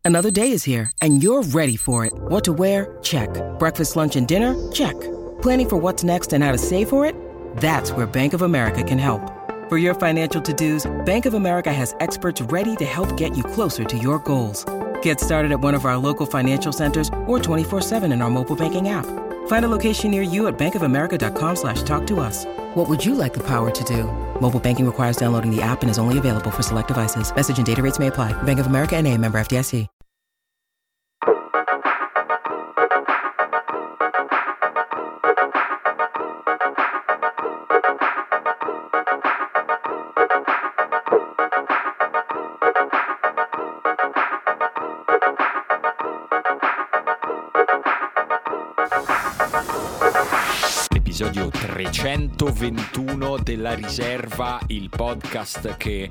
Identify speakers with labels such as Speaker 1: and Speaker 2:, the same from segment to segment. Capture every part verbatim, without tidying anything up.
Speaker 1: Another day is here, and you're ready for it. What to wear? Check. Breakfast, lunch, and dinner? Check. Planning for what's next and how to save for it? That's where Bank of America can help. For your financial to-dos, Bank of America has experts ready to help get you closer to your goals. Get started at one of our local financial centers or twenty-four seven in our mobile banking app. Find a location near you at bankofamerica.com slash talk to us. What would you like the power to do? Mobile banking requires downloading the app and is only available for select devices. Message and data rates may apply. Bank of America N A, member F D I C.
Speaker 2: Episodio trecentoventuno della Riserva, il podcast che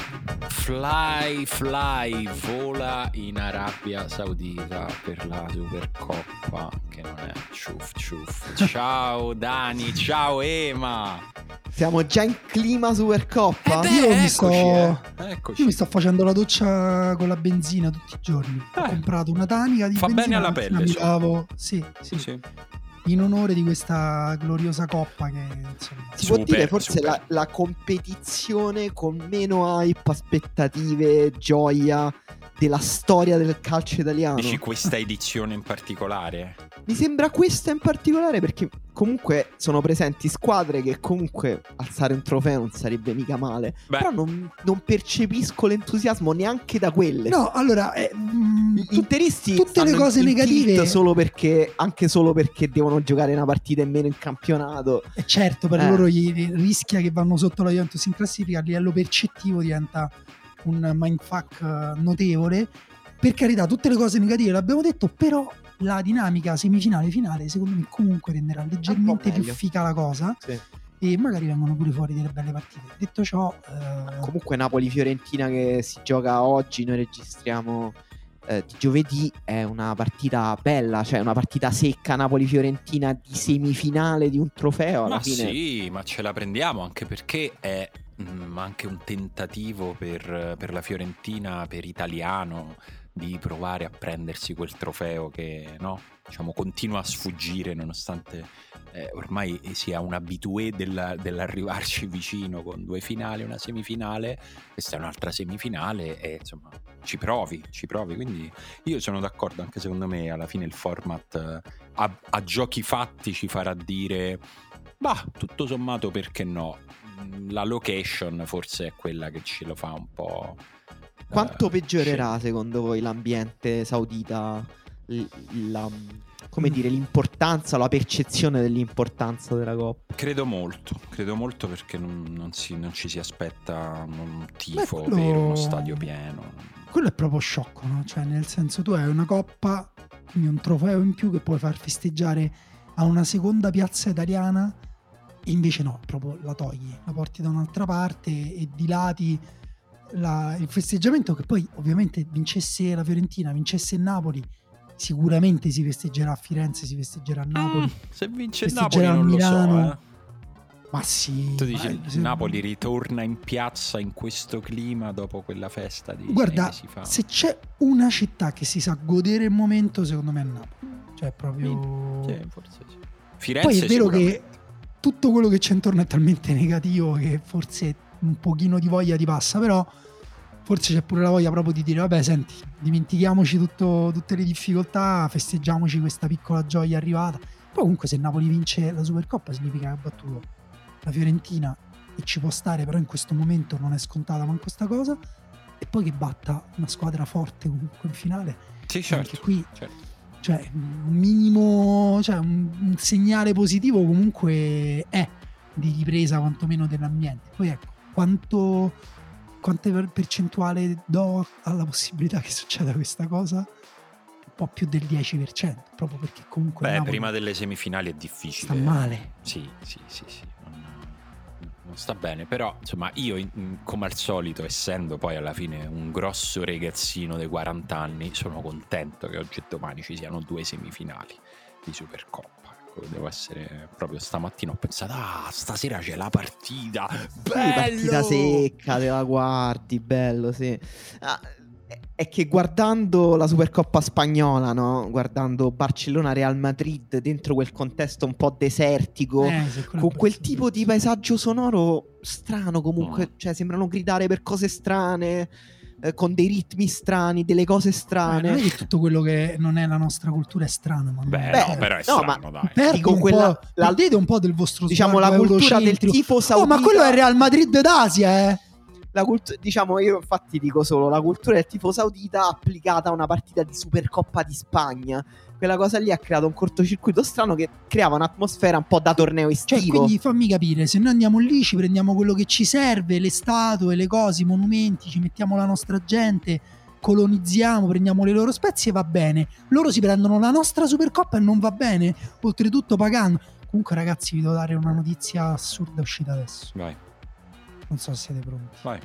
Speaker 2: fly fly vola in Arabia Saudita per la Supercoppa, che non è ciuff ciuff. Ciao Dani, ciao Ema.
Speaker 3: Siamo già in clima Supercoppa.
Speaker 4: Eh beh, io, mi sto...
Speaker 2: eh. Eccoci.
Speaker 4: io mi sto facendo la doccia con la benzina tutti i giorni.
Speaker 2: Eh.
Speaker 4: Ho comprato una tanica di
Speaker 2: Fa
Speaker 4: benzina.
Speaker 2: bene alla pelle,
Speaker 4: mi
Speaker 2: so.
Speaker 4: lavo... sì, sì.
Speaker 2: Sì.
Speaker 4: In onore di questa gloriosa coppa che insomma,
Speaker 3: Si
Speaker 2: Super,
Speaker 3: può dire forse
Speaker 2: super.
Speaker 3: la, la competizione con meno hype, aspettative, gioia della storia del calcio italiano.
Speaker 2: Dici questa edizione in particolare?
Speaker 3: Mi sembra questa in particolare perché comunque sono presenti squadre che comunque alzare un trofeo non sarebbe mica male.
Speaker 2: Beh.
Speaker 3: Però non, non percepisco l'entusiasmo neanche da quelle.
Speaker 4: no, allora eh, mh,
Speaker 3: Gli interisti
Speaker 4: tutte le
Speaker 3: stanno
Speaker 4: cose
Speaker 3: in
Speaker 4: negative
Speaker 3: tilt solo perché, anche solo perché devono giocare una partita in meno in campionato.
Speaker 4: eh, certo, per
Speaker 3: Eh.
Speaker 4: loro gli, rischia che vanno sotto la Juventus in classifica, a livello percettivo diventa un mindfuck eh, notevole. Per carità, tutte le cose negative l'abbiamo detto, però la dinamica semifinale finale secondo me comunque renderà leggermente più
Speaker 3: meglio.
Speaker 4: figa la cosa,
Speaker 3: Sì.
Speaker 4: e magari vengono pure fuori delle belle partite. Detto ciò, eh,
Speaker 3: Comunque Napoli-Fiorentina che si gioca oggi, noi registriamo eh, di giovedì, è una partita bella, cioè una partita secca Napoli-Fiorentina di semifinale di un trofeo alla
Speaker 2: Ma
Speaker 3: fine.
Speaker 2: sì, ma ce la prendiamo, anche perché è mm, anche un tentativo per, per la Fiorentina, per Italiano, di provare a prendersi quel trofeo che, no, diciamo, continua a sfuggire nonostante eh, ormai sia un habitué della- dell'arrivarci vicino con due finali, una semifinale. Questa è un'altra semifinale e insomma ci provi, ci provi. Quindi io sono d'accordo, anche secondo me alla fine il format eh, a, a giochi fatti ci farà dire, bah, tutto sommato perché no. Mm, La location forse è quella che ce lo fa un po'.
Speaker 3: Quanto
Speaker 2: eh,
Speaker 3: peggiorerà secondo voi l'ambiente saudita, l- la, come dire, l'importanza, la percezione dell'importanza della Coppa?
Speaker 2: Credo molto, credo molto perché non, non si- non ci si aspetta un tifo
Speaker 4: Beh, quello-
Speaker 2: per uno stadio pieno.
Speaker 4: quello è proprio sciocco, no? Cioè, nel senso, tu hai una coppa, quindi un trofeo in più che puoi far festeggiare a una seconda piazza italiana, e invece no, proprio la togli, la porti da un'altra parte e dilati la- il festeggiamento. Che poi ovviamente vincesse la Fiorentina, vincesse il Napoli, sicuramente si festeggerà a Firenze, si festeggerà a Napoli,
Speaker 2: Mm, se vince il
Speaker 4: festeggerà
Speaker 2: Napoli non
Speaker 4: a
Speaker 2: lo so,
Speaker 4: Milano.
Speaker 2: eh.
Speaker 4: Ma sì,
Speaker 2: Tu dici
Speaker 4: ma- se-
Speaker 2: Napoli ritorna in piazza in questo clima dopo quella festa di sei
Speaker 4: Guarda,
Speaker 2: mesi fa.
Speaker 4: se c'è una città che si sa godere il momento, secondo me è Napoli. Cioè proprio...
Speaker 2: Sì, forse sì. Firenze
Speaker 4: Poi è vero che
Speaker 2: sicuramente.
Speaker 4: tutto quello che c'è intorno è talmente negativo che forse un pochino di voglia ti passa, però forse c'è pure la voglia proprio di dire vabbè, senti, dimentichiamoci tutto, tutte le difficoltà, festeggiamoci questa piccola gioia arrivata. Poi comunque se Napoli vince la Supercoppa significa che ha battuto la Fiorentina e ci può stare, però in questo momento non è scontata manco questa cosa, e poi che batta una squadra forte comunque in finale.
Speaker 2: Sì,
Speaker 4: Anche
Speaker 2: certo,
Speaker 4: qui,
Speaker 2: certo.
Speaker 4: cioè un minimo, cioè un, un segnale positivo comunque è di ripresa quantomeno dell'ambiente. Poi ecco, quanto quante per- percentuale do alla possibilità che succeda questa cosa? Un po' più del dieci per cento, proprio perché comunque
Speaker 2: Beh,
Speaker 4: Napoli
Speaker 2: prima delle semifinali è difficile.
Speaker 4: sta male.
Speaker 2: Sì, sì, sì, sì. Non, non sta bene. Però, insomma, io, in- come al solito, essendo poi alla fine un grosso ragazzino dei quaranta anni, sono contento che oggi e domani ci siano due semifinali di Supercoppa. Ecco, devo essere proprio stamattina ho pensato, ah, stasera c'è la partita.
Speaker 3: Sì,
Speaker 2: Bello!
Speaker 3: partita secca, te la guardi, bello, sì. Ah, è che guardando la Supercoppa spagnola, no? Guardando Barcellona-Real Madrid dentro quel contesto un po' desertico,
Speaker 4: Eh,
Speaker 3: con quel tipo di paesaggio sonoro strano comunque, cioè sembrano gridare per cose strane, eh, con dei ritmi strani, delle cose strane.
Speaker 4: Eh, non è che tutto quello che non è la nostra cultura è strano, ma
Speaker 2: Beh,
Speaker 3: Beh,
Speaker 2: no, però è
Speaker 3: no,
Speaker 2: strano,
Speaker 3: ma
Speaker 2: dai.
Speaker 4: Perde
Speaker 3: dico
Speaker 4: un
Speaker 3: quella-
Speaker 4: po',
Speaker 3: la-
Speaker 4: perdete un po' del vostro
Speaker 3: diciamo la
Speaker 4: sguardo
Speaker 3: cultura del
Speaker 4: eurocentrico.
Speaker 3: tifo saudita.
Speaker 4: Oh, ma quello è il Real Madrid d'Asia, eh.
Speaker 3: La cult- diciamo, io infatti dico solo la cultura del tifo saudita applicata a una partita di Supercoppa di Spagna. Quella cosa lì ha creato un cortocircuito strano che creava un'atmosfera un po' da torneo
Speaker 4: Cioè,
Speaker 3: estivo.
Speaker 4: quindi fammi capire, se noi andiamo lì ci prendiamo quello che ci serve, le statue, le cose, i monumenti, ci mettiamo la nostra gente, colonizziamo, prendiamo le loro spezie, va bene. Loro si prendono la nostra Supercoppa e non va bene, oltretutto pagando. Comunque ragazzi, vi devo dare una notizia assurda uscita adesso.
Speaker 2: Vai,
Speaker 4: Non so se siete pronti.
Speaker 2: vai.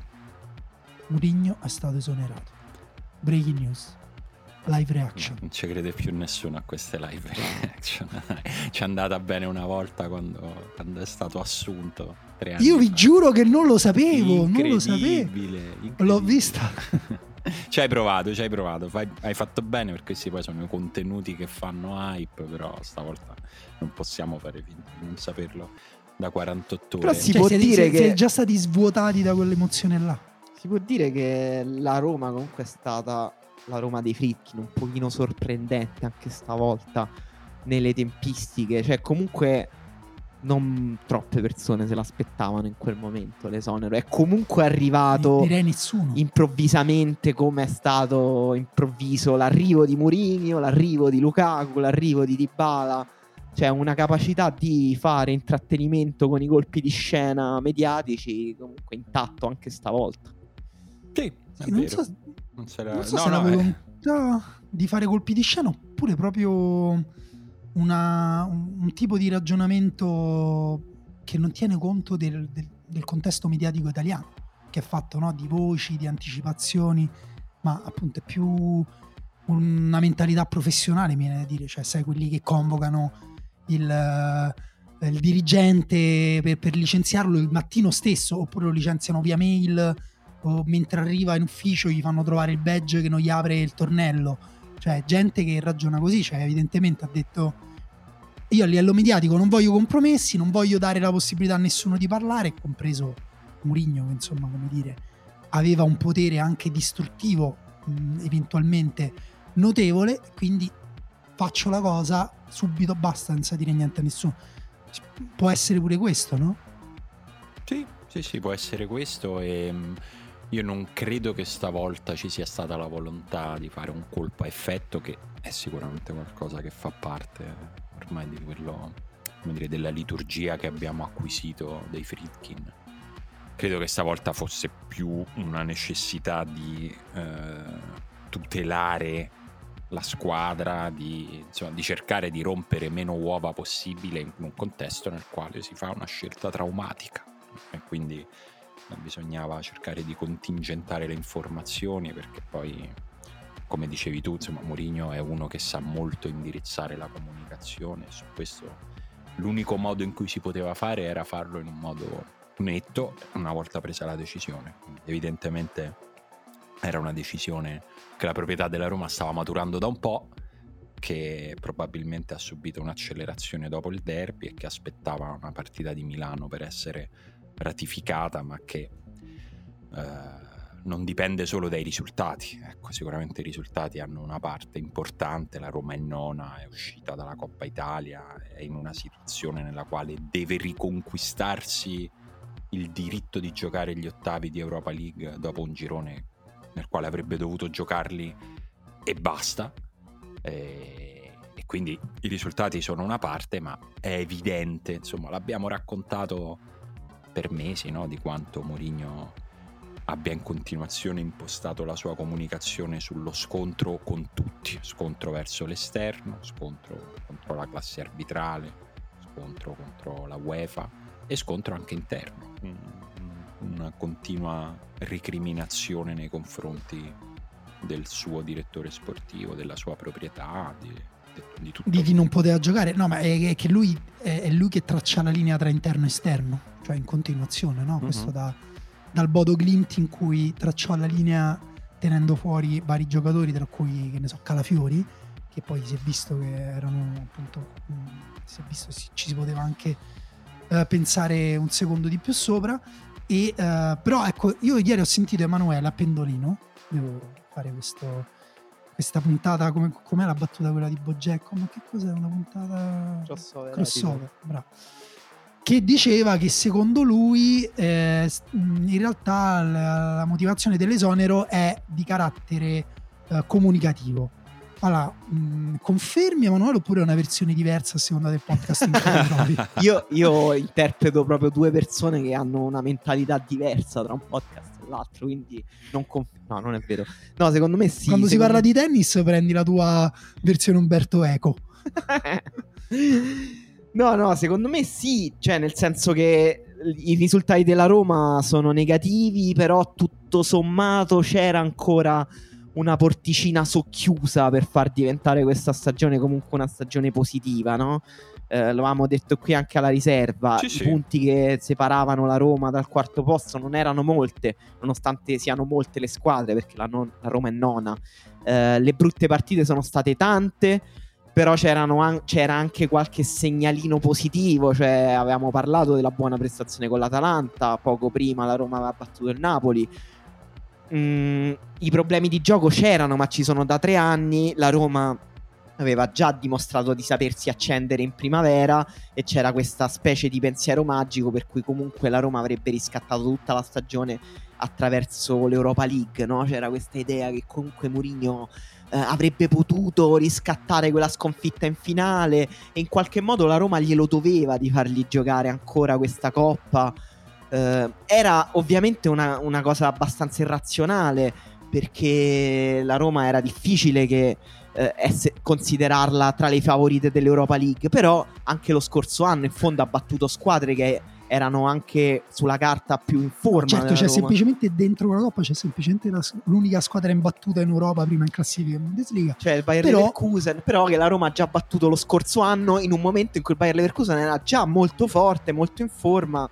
Speaker 4: Mourinho è stato esonerato. Breaking news. Live reaction.
Speaker 2: Non ci crede più nessuno a queste live reaction. Ci è andata bene una volta quando, quando è stato assunto. Tre anni
Speaker 4: Io vi
Speaker 2: fa.
Speaker 4: giuro che non lo sapevo, non lo sapevo.
Speaker 2: Incredibile, incredibile.
Speaker 4: L'ho vista.
Speaker 2: Ci hai provato, ci hai provato. Fai- hai fatto bene, perché questi poi sono i contenuti che fanno hype. Però stavolta non possiamo fare finta di non saperlo da quarantotto ore.
Speaker 3: Però si
Speaker 4: Cioè,
Speaker 3: può
Speaker 4: siete,
Speaker 3: dire
Speaker 4: siete-
Speaker 3: che-
Speaker 4: siete già stati svuotati da quell'emozione là.
Speaker 3: Si può dire che la Roma comunque è stata la Roma dei Friedkin, un pochino sorprendente anche stavolta nelle tempistiche. Cioè comunque non troppe persone se l'aspettavano in quel momento l'esonero. È comunque arrivato
Speaker 4: Direi nessuno.
Speaker 3: improvvisamente, come è stato improvviso l'arrivo di Mourinho, l'arrivo di Lukaku, l'arrivo di Dybala. C'è una capacità di fare intrattenimento con i colpi di scena mediatici comunque intatto anche stavolta.
Speaker 2: Sì, è
Speaker 4: Sì, non
Speaker 2: vero.
Speaker 4: so,
Speaker 2: Non se la-
Speaker 4: non so
Speaker 2: no,
Speaker 4: se
Speaker 2: no,
Speaker 4: la
Speaker 2: eh.
Speaker 4: volontà di fare colpi di scena oppure proprio una- un, un tipo di ragionamento che non tiene conto del, del- del contesto mediatico italiano, che è fatto, no, di voci, di anticipazioni, ma appunto è più una mentalità professionale, mi viene da dire, cioè sai, quelli che convocano il, eh, il dirigente per, per licenziarlo il mattino stesso, oppure lo licenziano via mail, o mentre arriva in ufficio gli fanno trovare il badge che non gli apre il tornello. Cioè gente che ragiona così, cioè evidentemente ha detto: io a livello mediatico non voglio compromessi, non voglio dare la possibilità a nessuno di parlare, compreso Mourinho, che insomma, come dire, aveva un potere anche distruttivo mh, eventualmente notevole, quindi faccio la cosa subito, basta, senza dire niente a nessuno. Può essere pure questo, no?
Speaker 2: Sì, sì, sì, può essere questo. E mh, io non credo che stavolta ci sia stata la volontà di fare un colpo a effetto, che è sicuramente qualcosa che fa parte ormai di quello, come dire, della liturgia che abbiamo acquisito dei Friedkin. Credo che stavolta fosse più una necessità di eh, tutelare la squadra, di, insomma, di cercare di rompere meno uova possibile in un contesto nel quale si fa una scelta traumatica, e quindi bisognava cercare di contingentare le informazioni, perché poi, come dicevi tu, insomma, Mourinho è uno che sa molto indirizzare la comunicazione. Su questo l'unico modo in cui si poteva fare era farlo in un modo netto una volta presa la decisione. Quindi, evidentemente era una decisione che la proprietà della Roma stava maturando da un po', che probabilmente ha subito un'accelerazione dopo il derby e che aspettava una partita di Milano per essere ratificata, ma che eh, non dipende solo dai risultati. Ecco, sicuramente i risultati hanno una parte importante. La Roma è nona, è uscita dalla Coppa Italia, è in una situazione nella quale deve riconquistarsi il diritto di giocare gli ottavi di Europa League dopo un girone nel quale avrebbe dovuto giocarli e basta. E, e quindi i risultati sono una parte, ma è evidente, insomma, l'abbiamo raccontato per mesi, no? Di quanto Mourinho abbia in continuazione impostato la sua comunicazione sullo scontro con tutti, scontro verso l'esterno, scontro contro la classe arbitrale, scontro contro la UEFA e scontro anche interno, una continua ricriminazione nei confronti del suo direttore sportivo, della sua proprietà, di, di tutto.
Speaker 4: Di chi non poteva giocare, no, ma è, è che lui è, è lui che traccia la linea tra interno e esterno, cioè in continuazione, no? Mm-hmm. Questo da, dal Bodo Glimt, in cui tracciò la linea tenendo fuori vari giocatori, tra cui, che ne so, Calafiori, che poi si è visto che erano appunto mh, si è visto si, ci si poteva anche uh, pensare un secondo di più sopra. E uh, però ecco, io ieri ho sentito Emanuele a Pendolino, devo fare questo questa puntata, come com'è la battuta quella di Bogetto, ma che cos'è una puntata
Speaker 3: crossover,
Speaker 4: crossover bravo, che diceva che secondo lui eh, in realtà la, la motivazione dell'esonero è di carattere eh, comunicativo. Allora, mh, confermi Emanuele oppure è una versione diversa a seconda del podcast in cui ti trovi?
Speaker 3: io, io interpreto proprio due persone che hanno una mentalità diversa tra un podcast e l'altro, quindi non conf- no, non è vero. No, secondo me sì.
Speaker 4: Quando si parla
Speaker 3: me...
Speaker 4: di tennis prendi la tua versione Umberto Eco.
Speaker 3: No, no, secondo me sì, cioè nel senso che i risultati della Roma sono negativi, però tutto sommato c'era ancora una porticina socchiusa per far diventare questa stagione comunque una stagione positiva, no? Eh, lo avevamo detto qui anche alla riserva,
Speaker 2: sì,
Speaker 3: i
Speaker 2: sì.
Speaker 3: punti che separavano la Roma dal quarto posto non erano molte, nonostante siano molte le squadre, perché la, non- la Roma è nona. Eh, le brutte partite sono state tante, però c'erano an- c'era anche qualche segnalino positivo, cioè avevamo parlato della buona prestazione con l'Atalanta, poco prima la Roma aveva battuto il Napoli. Mm, i problemi di gioco c'erano, ma ci sono da tre anni. La Roma aveva già dimostrato di sapersi accendere in primavera e c'era questa specie di pensiero magico per cui comunque la Roma avrebbe riscattato tutta la stagione attraverso l'Europa League, no? C'era questa idea che comunque Mourinho eh, avrebbe potuto riscattare quella sconfitta in finale e in qualche modo la Roma glielo doveva di fargli giocare ancora questa coppa. Uh, era ovviamente una, una cosa abbastanza irrazionale, perché la Roma era difficile che uh, esse, considerarla tra le favorite dell'Europa League, però anche lo scorso anno in fondo ha battuto squadre che erano anche sulla carta più in forma.
Speaker 4: Certo, c'è
Speaker 3: Roma.
Speaker 4: semplicemente dentro la Coppa c'è semplicemente la, l'unica squadra imbattuta in Europa prima in classifica in Bundesliga,
Speaker 3: cioè il Bayer
Speaker 4: però...
Speaker 3: Leverkusen, però che la Roma ha già battuto lo scorso anno in un momento in cui il Bayer Leverkusen era già molto forte, molto in forma,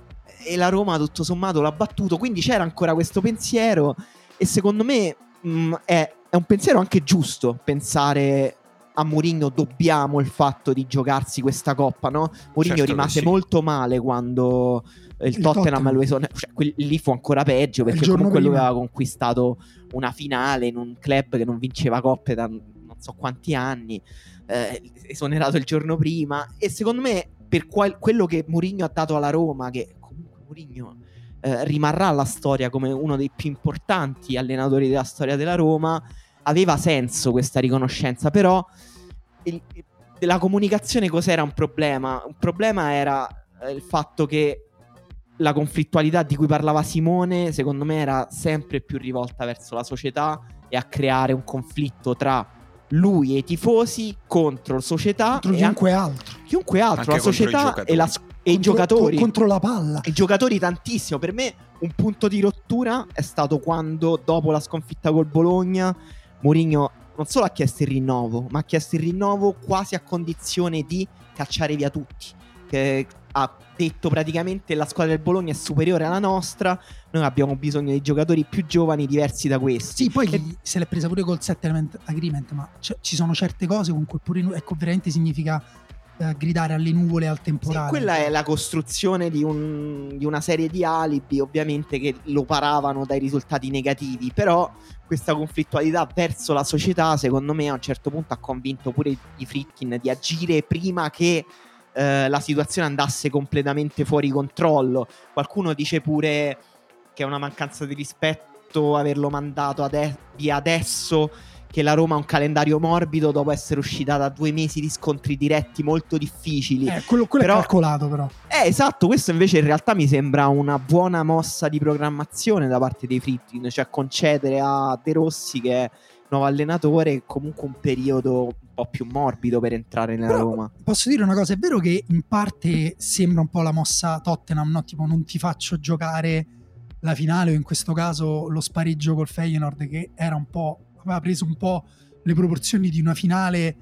Speaker 3: e la Roma tutto sommato l'ha battuto, quindi c'era ancora questo pensiero e secondo me mh, è, è un pensiero anche giusto pensare a Mourinho dobbiamo il fatto di giocarsi questa coppa, no? Mourinho
Speaker 2: certo
Speaker 3: rimase
Speaker 2: sì.
Speaker 3: molto male quando il, il Tottenham, Tottenham lo esone- cioè, quel, lì fu ancora peggio perché comunque lui aveva conquistato una finale in un club che non vinceva coppe da non so quanti anni, eh, esonerato il giorno prima, e secondo me per qual- quello che Mourinho ha dato alla Roma, che Mourinho eh, rimarrà alla storia come uno dei più importanti allenatori della storia della Roma, aveva senso questa riconoscenza. Però il, della comunicazione cos'era un problema? Un problema era eh, il fatto che la conflittualità di cui parlava Simone secondo me era sempre più rivolta verso la società e a creare un conflitto tra lui e i tifosi contro la società
Speaker 4: contro
Speaker 3: e
Speaker 4: chiunque
Speaker 3: an-
Speaker 4: altro
Speaker 3: chiunque altro,
Speaker 2: anche
Speaker 3: la società e la scuola e i
Speaker 4: contro,
Speaker 3: giocatori
Speaker 4: contro la palla,
Speaker 3: i giocatori tantissimo. Per me un punto di rottura è stato quando dopo la sconfitta col Bologna Mourinho non solo ha chiesto il rinnovo, ma ha chiesto il rinnovo quasi a condizione di cacciare via tutti, che ha detto praticamente la squadra del Bologna è superiore alla nostra, noi abbiamo bisogno di giocatori più giovani diversi da questi.
Speaker 4: Sì, poi
Speaker 3: e...
Speaker 4: se l'è presa pure col settlement agreement, ma c- ci sono certe cose con cui pure ecco veramente significa eh, gridare alle nuvole, al temporale.
Speaker 3: Sì, quella è la costruzione di, un, di una serie di alibi, ovviamente, che lo paravano dai risultati negativi, però questa conflittualità verso la società secondo me a un certo punto ha convinto pure i Friedkin di agire prima che eh, la situazione andasse completamente fuori controllo. Qualcuno dice pure che è una mancanza di rispetto averlo mandato ade- via adesso, che la Roma ha un calendario morbido dopo essere uscita da due mesi di scontri diretti molto difficili.
Speaker 4: Eh, quello, quello
Speaker 3: però,
Speaker 4: è calcolato però.
Speaker 3: Eh, esatto, questo invece in realtà mi sembra una buona mossa di programmazione da parte dei Friedkin, cioè concedere a De Rossi, che è nuovo allenatore, comunque un periodo un po' più morbido per entrare nella
Speaker 4: però,
Speaker 3: Roma.
Speaker 4: Posso dire una cosa, è vero che in parte sembra un po' la mossa Tottenham, no? Tipo non ti faccio giocare la finale, o in questo caso lo spareggio col Feyenoord, che era un po', aveva preso un po' le proporzioni di una finale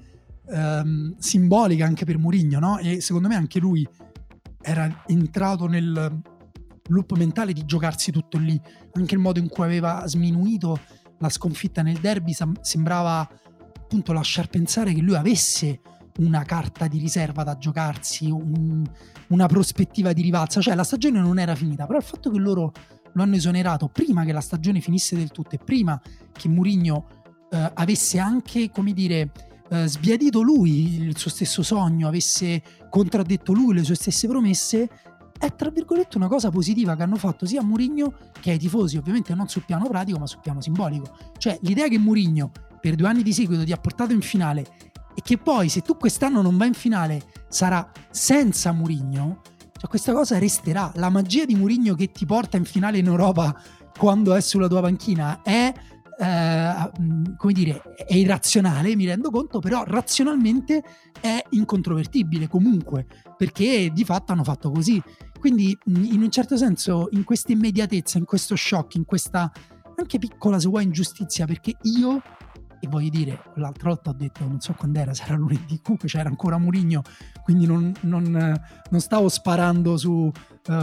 Speaker 4: ehm, simbolica anche per Mourinho, no? E secondo me anche lui era entrato nel loop mentale di giocarsi tutto lì, anche il modo in cui aveva sminuito la sconfitta nel derby sam- sembrava appunto lasciar pensare che lui avesse una carta di riserva da giocarsi, un, una prospettiva di rivalsa, cioè la stagione non era finita, però il fatto che loro lo hanno esonerato prima che la stagione finisse del tutto e prima che Mourinho eh, avesse anche, come dire, eh, sbiadito lui il suo stesso sogno, avesse contraddetto lui le sue stesse promesse, è tra virgolette una cosa positiva che hanno fatto sia a Mourinho che ai tifosi, ovviamente non sul piano pratico ma sul piano simbolico. Cioè l'idea che Mourinho per due anni di seguito ti ha portato in finale e che poi se tu quest'anno non vai in finale sarà senza Mourinho, cioè questa cosa resterà. La magia di Mourinho che ti porta in finale in Europa quando è sulla tua panchina è eh, come dire, è irrazionale, mi rendo conto, però razionalmente è incontrovertibile comunque, perché di fatto hanno fatto così. Quindi in un certo senso in questa immediatezza, in questo shock, in questa anche piccola se vuoi ingiustizia, perché io, e voglio dire, l'altra volta ho detto, non so quando era, se era lunedì, comunque c'era ancora Mourinho, quindi non, non, non stavo sparando su uh,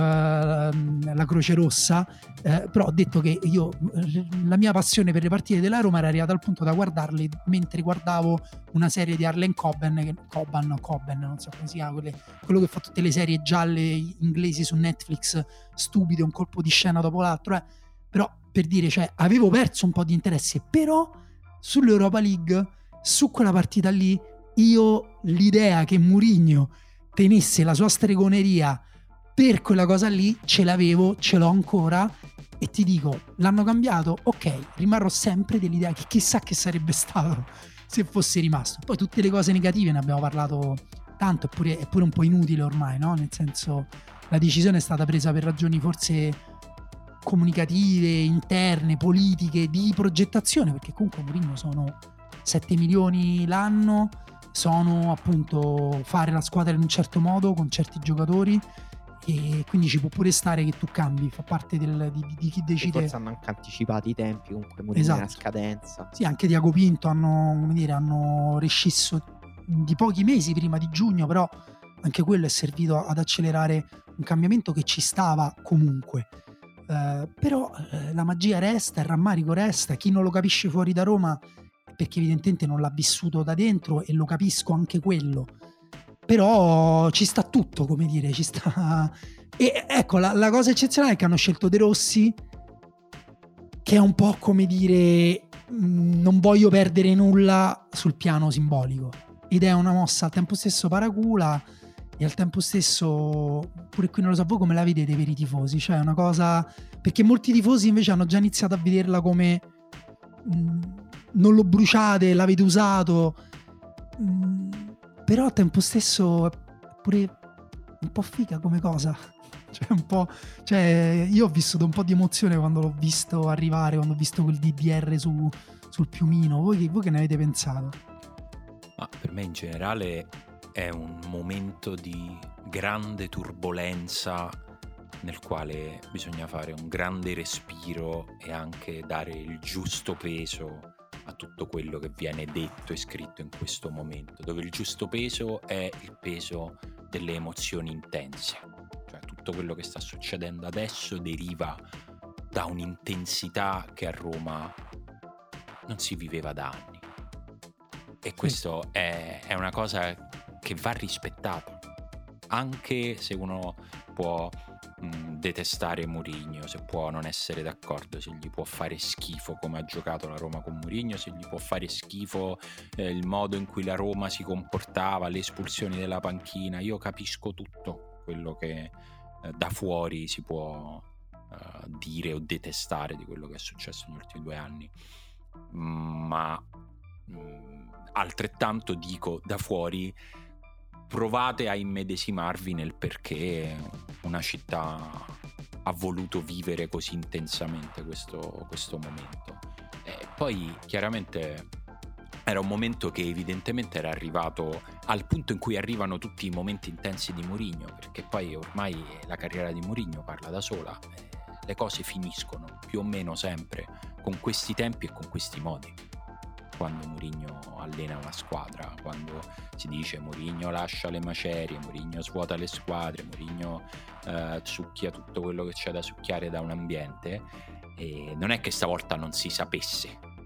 Speaker 4: la Croce Rossa, eh, però ho detto che io, la mia passione per le partite della Roma era arrivata al punto da guardarle mentre guardavo una serie di Harlan Coben, che, Coben, Coben, non so come si chiama, quelle, quello che fa tutte le serie gialle inglesi su Netflix, stupide, un colpo di scena dopo l'altro, eh. Però per dire, cioè, avevo perso un po' di interesse, però sull'Europa League, su quella partita lì, io l'idea che Mourinho tenesse la sua stregoneria per quella cosa lì ce l'avevo, ce l'ho ancora, e ti dico, l'hanno cambiato, ok, rimarrò sempre dell'idea che chissà che sarebbe stato se fosse rimasto. Poi tutte le cose negative ne abbiamo parlato tanto, è pure, è pure un po' inutile ormai, no? Nel senso, la decisione è stata presa per ragioni forse comunicative, interne, politiche, di progettazione, perché comunque Mourinho sono sette milioni l'anno, sono appunto fare la squadra in un certo modo con certi giocatori, e quindi ci può pure stare che tu cambi, fa parte del, di, di chi decide.
Speaker 3: E forse hanno anche anticipato i tempi, comunque Mourinho
Speaker 4: esatto.
Speaker 3: è una scadenza.
Speaker 4: Sì, anche Diago Pinto hanno, come dire, hanno rescisso di pochi mesi prima di giugno, però anche quello è servito ad accelerare un cambiamento che ci stava comunque. Uh, però uh, la magia resta, il rammarico resta. Chi non lo capisce fuori da Roma perché evidentemente non l'ha vissuto da dentro, e lo capisco anche quello, però ci sta tutto, come dire, ci sta. E ecco, la, la cosa eccezionale è che hanno scelto De Rossi, che è un po' come dire mh, non voglio perdere nulla sul piano simbolico, ed è una mossa al tempo stesso paracula e al tempo stesso, pure qui non lo so, voi come la vedete per i tifosi? Cioè è una cosa, perché molti tifosi invece hanno già iniziato a vederla come mh, non lo bruciate, l'avete usato, mh, però al tempo stesso è pure un po' figa come cosa. Cioè un po', cioè io ho vissuto un po' di emozione quando l'ho visto arrivare, quando ho visto quel D D R su, sul piumino. Voi, voi che ne avete pensato?
Speaker 2: Ma per me in generale è un momento di grande turbolenza nel quale bisogna fare un grande respiro e anche dare il giusto peso a tutto quello che viene detto e scritto in questo momento, dove il giusto peso è il peso delle emozioni intense. Cioè tutto quello che sta succedendo adesso deriva da un'intensità che a Roma non si viveva da anni, e questo è, è una cosa che va rispettato, anche se uno può mh, detestare Mourinho, se può non essere d'accordo, se gli può fare schifo come ha giocato la Roma con Mourinho, se gli può fare schifo eh, il modo in cui la Roma si comportava, le espulsioni della panchina. Io capisco tutto quello che eh, da fuori si può eh, dire o detestare di quello che è successo negli ultimi due anni, ma mh, altrettanto dico da fuori, provate a immedesimarvi nel perché una città ha voluto vivere così intensamente questo, questo momento. E poi chiaramente era un momento che evidentemente era arrivato al punto in cui arrivano tutti i momenti intensi di Mourinho, perché poi ormai la carriera di Mourinho parla da sola, le cose finiscono più o meno sempre con questi tempi e con questi modi. Quando Mourinho allena una squadra, quando si dice Mourinho lascia le macerie, Mourinho svuota le squadre, Mourinho eh, succhia tutto quello che c'è da succhiare da un ambiente, e non è che stavolta non si sapesse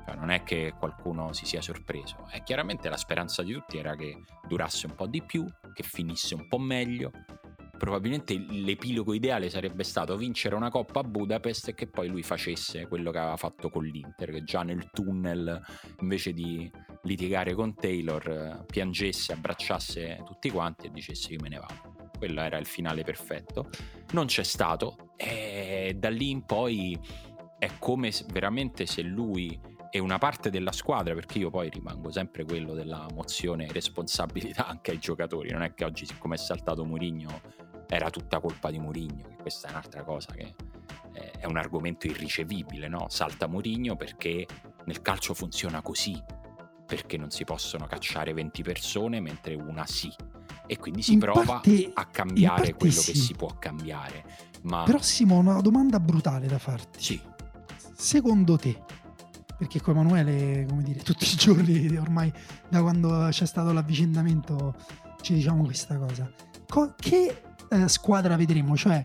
Speaker 2: Cioè, non è che qualcuno si sia sorpreso, e chiaramente la speranza di tutti era che durasse un po' di più, che finisse un po' meglio. Probabilmente l'epilogo ideale sarebbe stato vincere una coppa a Budapest e che poi lui facesse quello che aveva fatto con l'Inter, che già nel tunnel, invece di litigare con Taylor, piangesse, abbracciasse tutti quanti e dicesse io me ne vado. Quello era il finale perfetto. Non c'è stato, e da lì in poi è come veramente se lui e una parte della squadra, perché io poi rimango sempre quello della mozione responsabilità anche ai giocatori, non è che oggi siccome è saltato Mourinho era tutta colpa di Mourinho, che questa è un'altra cosa che è un argomento irricevibile, no? Salta Mourinho perché nel calcio funziona così, perché non si possono cacciare venti persone mentre una sì, e quindi si
Speaker 4: in
Speaker 2: prova
Speaker 4: parte,
Speaker 2: a cambiare quello
Speaker 4: sì.
Speaker 2: che si può cambiare. Ma
Speaker 4: però Simone, una domanda brutale da farti.
Speaker 2: Sì.
Speaker 4: Secondo te, perché con Emanuele, come dire, tutti i giorni ormai da quando c'è stato l'avvicendamento ci diciamo questa cosa, Co- che eh, squadra vedremo? Cioè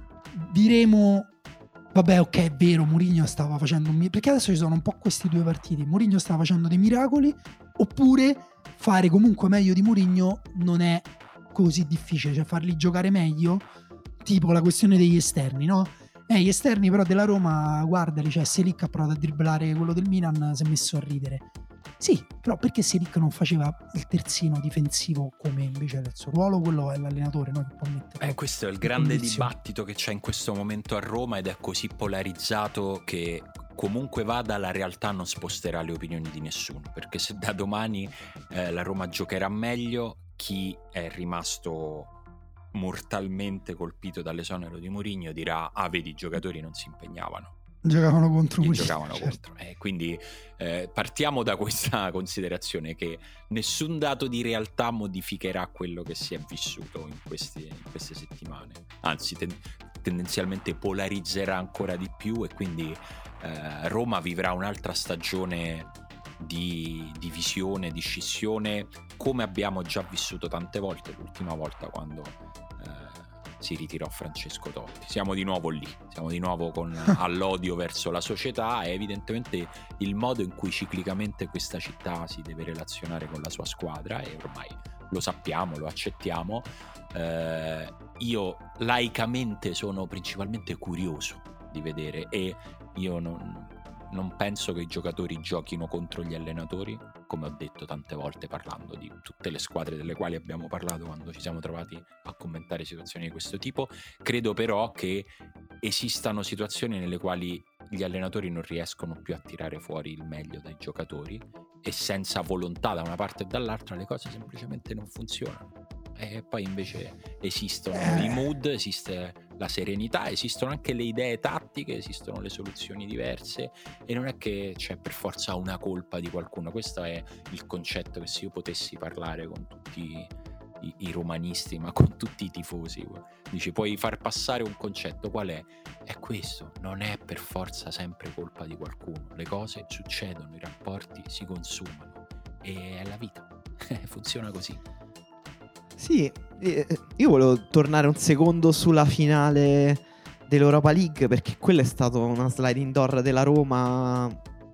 Speaker 4: diremo vabbè, ok, è vero, Mourinho stava facendo un mi- perché adesso ci sono un po' questi due partiti, Mourinho stava facendo dei miracoli, oppure fare comunque meglio di Mourinho non è così difficile, cioè farli giocare meglio, tipo la questione degli esterni, no? Eh, gli esterni però della Roma, guardali, cioè Selic ha provato a dribblare quello del Milan, si è messo a ridere. Sì, però perché Selic non faceva il terzino difensivo come invece è il suo ruolo? Quello è l'allenatore, no? Che può mettere.
Speaker 2: Eh, questo è il grande dibattito che c'è in questo momento a Roma, ed è così polarizzato che comunque vada la realtà non sposterà le opinioni di nessuno, perché se da domani eh, la Roma giocherà meglio, chi è rimasto mortalmente colpito dall'esonero di Mourinho dirà ah vedi, i giocatori non si impegnavano,
Speaker 4: giocavano contro Mourinho,
Speaker 2: giocavano
Speaker 4: certo.
Speaker 2: contro eh, quindi eh, partiamo da questa considerazione che nessun dato di realtà modificherà quello che si è vissuto in, questi, in queste settimane, anzi ten- tendenzialmente polarizzerà ancora di più, e quindi eh, Roma vivrà un'altra stagione di divisione, di scissione, come abbiamo già vissuto tante volte, l'ultima volta quando eh, si ritirò Francesco Totti. Siamo di nuovo lì, siamo di nuovo con all'odio verso la società, e evidentemente il modo in cui ciclicamente questa città si deve relazionare con la sua squadra, e ormai lo sappiamo, lo accettiamo. Eh, io laicamente sono principalmente curioso di vedere, e io non Non penso che i giocatori giochino contro gli allenatori, come ho detto tante volte parlando di tutte le squadre delle quali abbiamo parlato quando ci siamo trovati a commentare situazioni di questo tipo. Credo però che esistano situazioni nelle quali gli allenatori non riescono più a tirare fuori il meglio dai giocatori, e senza volontà da una parte e dall'altra le cose semplicemente non funzionano. E poi invece esistono i mood, esiste la serenità, esistono anche le idee tattiche, esistono le soluzioni diverse, e non è che c'è per forza una colpa di qualcuno. Questo è il concetto, che se io potessi parlare con tutti i, i romanisti, ma con tutti i tifosi, dici puoi far passare un concetto, qual è? È questo, non è per forza sempre colpa di qualcuno, le cose succedono, i rapporti si consumano, e è la vita, funziona così.
Speaker 3: Sì, io volevo tornare un secondo sulla finale dell'Europa League, perché quella è stata una sliding door della Roma